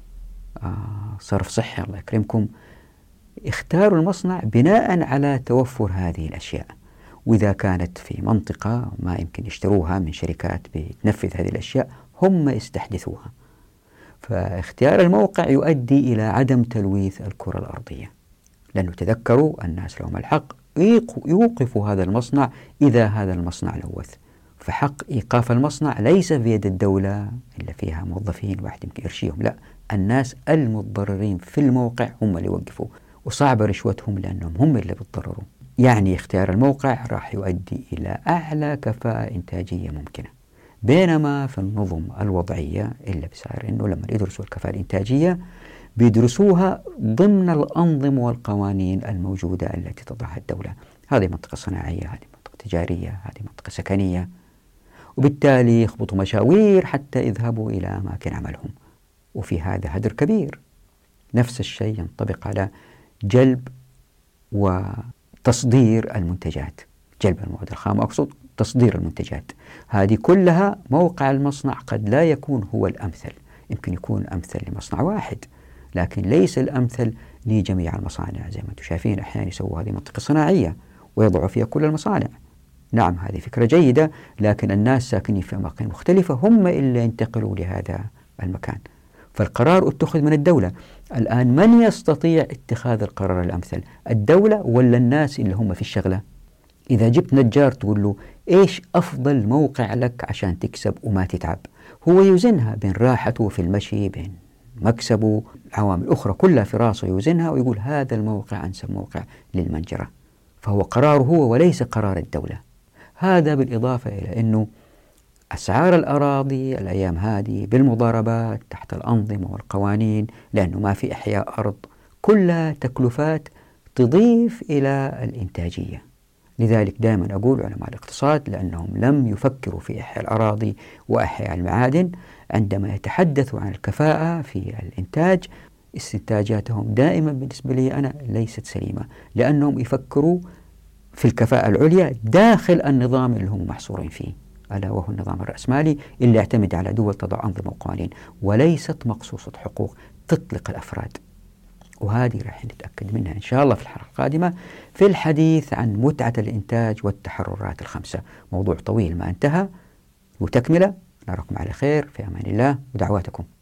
صرف صحي، الله يكرمكم. اختاروا المصنع بناء على توفر هذه الأشياء، وإذا كانت في منطقة ما يمكن يشتروها من شركات بتنفذ هذه الأشياء، هم يستحدثوها. فاختيار الموقع يؤدي إلى عدم تلويث الكرة الأرضية، لأنه تذكروا الناس لهم الحق يوقفوا هذا المصنع إذا هذا المصنع لوث. فحق إيقاف المصنع ليس بيد الدولة اللي فيها موظفين واحد يمكن يرشيهم، لا، الناس المتضررين في الموقع هم اللي يوقفوا، وصعب رشوتهم لأنهم هم اللي بيتضرروا. يعني اختيار الموقع راح يؤدي إلى أعلى كفاءة إنتاجية ممكنة. بينما في النظم الوضعية اللي بيصير إنه لما يدرسوا الكفاءة الإنتاجية بيدرسوها ضمن الأنظمة والقوانين الموجودة التي تضعها الدولة. هذه منطقة صناعية، هذه منطقة تجارية، هذه منطقة سكنية، وبالتالي يخبطوا مشاوير حتى يذهبوا إلى أماكن عملهم، وفي هذا هدر كبير. نفس الشيء ينطبق على جلب وتصدير المنتجات، جلب المواد الخام أقصد، تصدير المنتجات. هذه كلها موقع المصنع قد لا يكون هو الأمثل، يمكن يكون أمثل لمصنع واحد، لكن ليس الأمثل لجميع المصانع. زي ما أنتم شايفين أحيانا يسووا هذه منطقة صناعية ويضعوا فيها كل المصانع. نعم هذه فكرة جيدة، لكن الناس ساكنين في أماكن مختلفة هم اللي ينتقلوا لهذا المكان. فالقرار اتخذ من الدولة. الآن من يستطيع اتخاذ القرار الأمثل، الدولة ولا الناس اللي هم في الشغلة؟ إذا جبت نجار تقول له إيش أفضل موقع لك عشان تكسب وما تتعب، هو يوزنها بين راحته في المشي، بين مكسبه، عوامل أخرى كلها في راسه يوزنها ويقول هذا الموقع أنسب موقع للمنجرة. فهو قراره هو وليس قرار الدولة. هذا بالإضافة إلى أنه أسعار الأراضي الأيام هذه بالمضاربات تحت الأنظمة والقوانين، لأنه ما في إحياء أرض، كلها تكلفات تضيف إلى الإنتاجية. لذلك دائما أقول علماء الاقتصاد لأنهم لم يفكروا في إحياء الأراضي وإحياء المعادن، عندما يتحدثوا عن الكفاءة في الإنتاج استنتاجاتهم دائما بالنسبة لي أنا ليست سليمة، لأنهم يفكروا في الكفاءة العليا داخل النظام اللي هم محصورين فيه، ألا وهو النظام الرأسمالي اللي يعتمد على دول تضع أنظمة وقوانين، وليست مقصوصة حقوق تطلق الأفراد. وهذه راح نتأكد منها إن شاء الله في الحلقة القادمة في الحديث عن متعة الإنتاج والتحررات الخمسة. موضوع طويل ما انتهى وتكملة. نراكم على خير، في أمان الله ودعواتكم.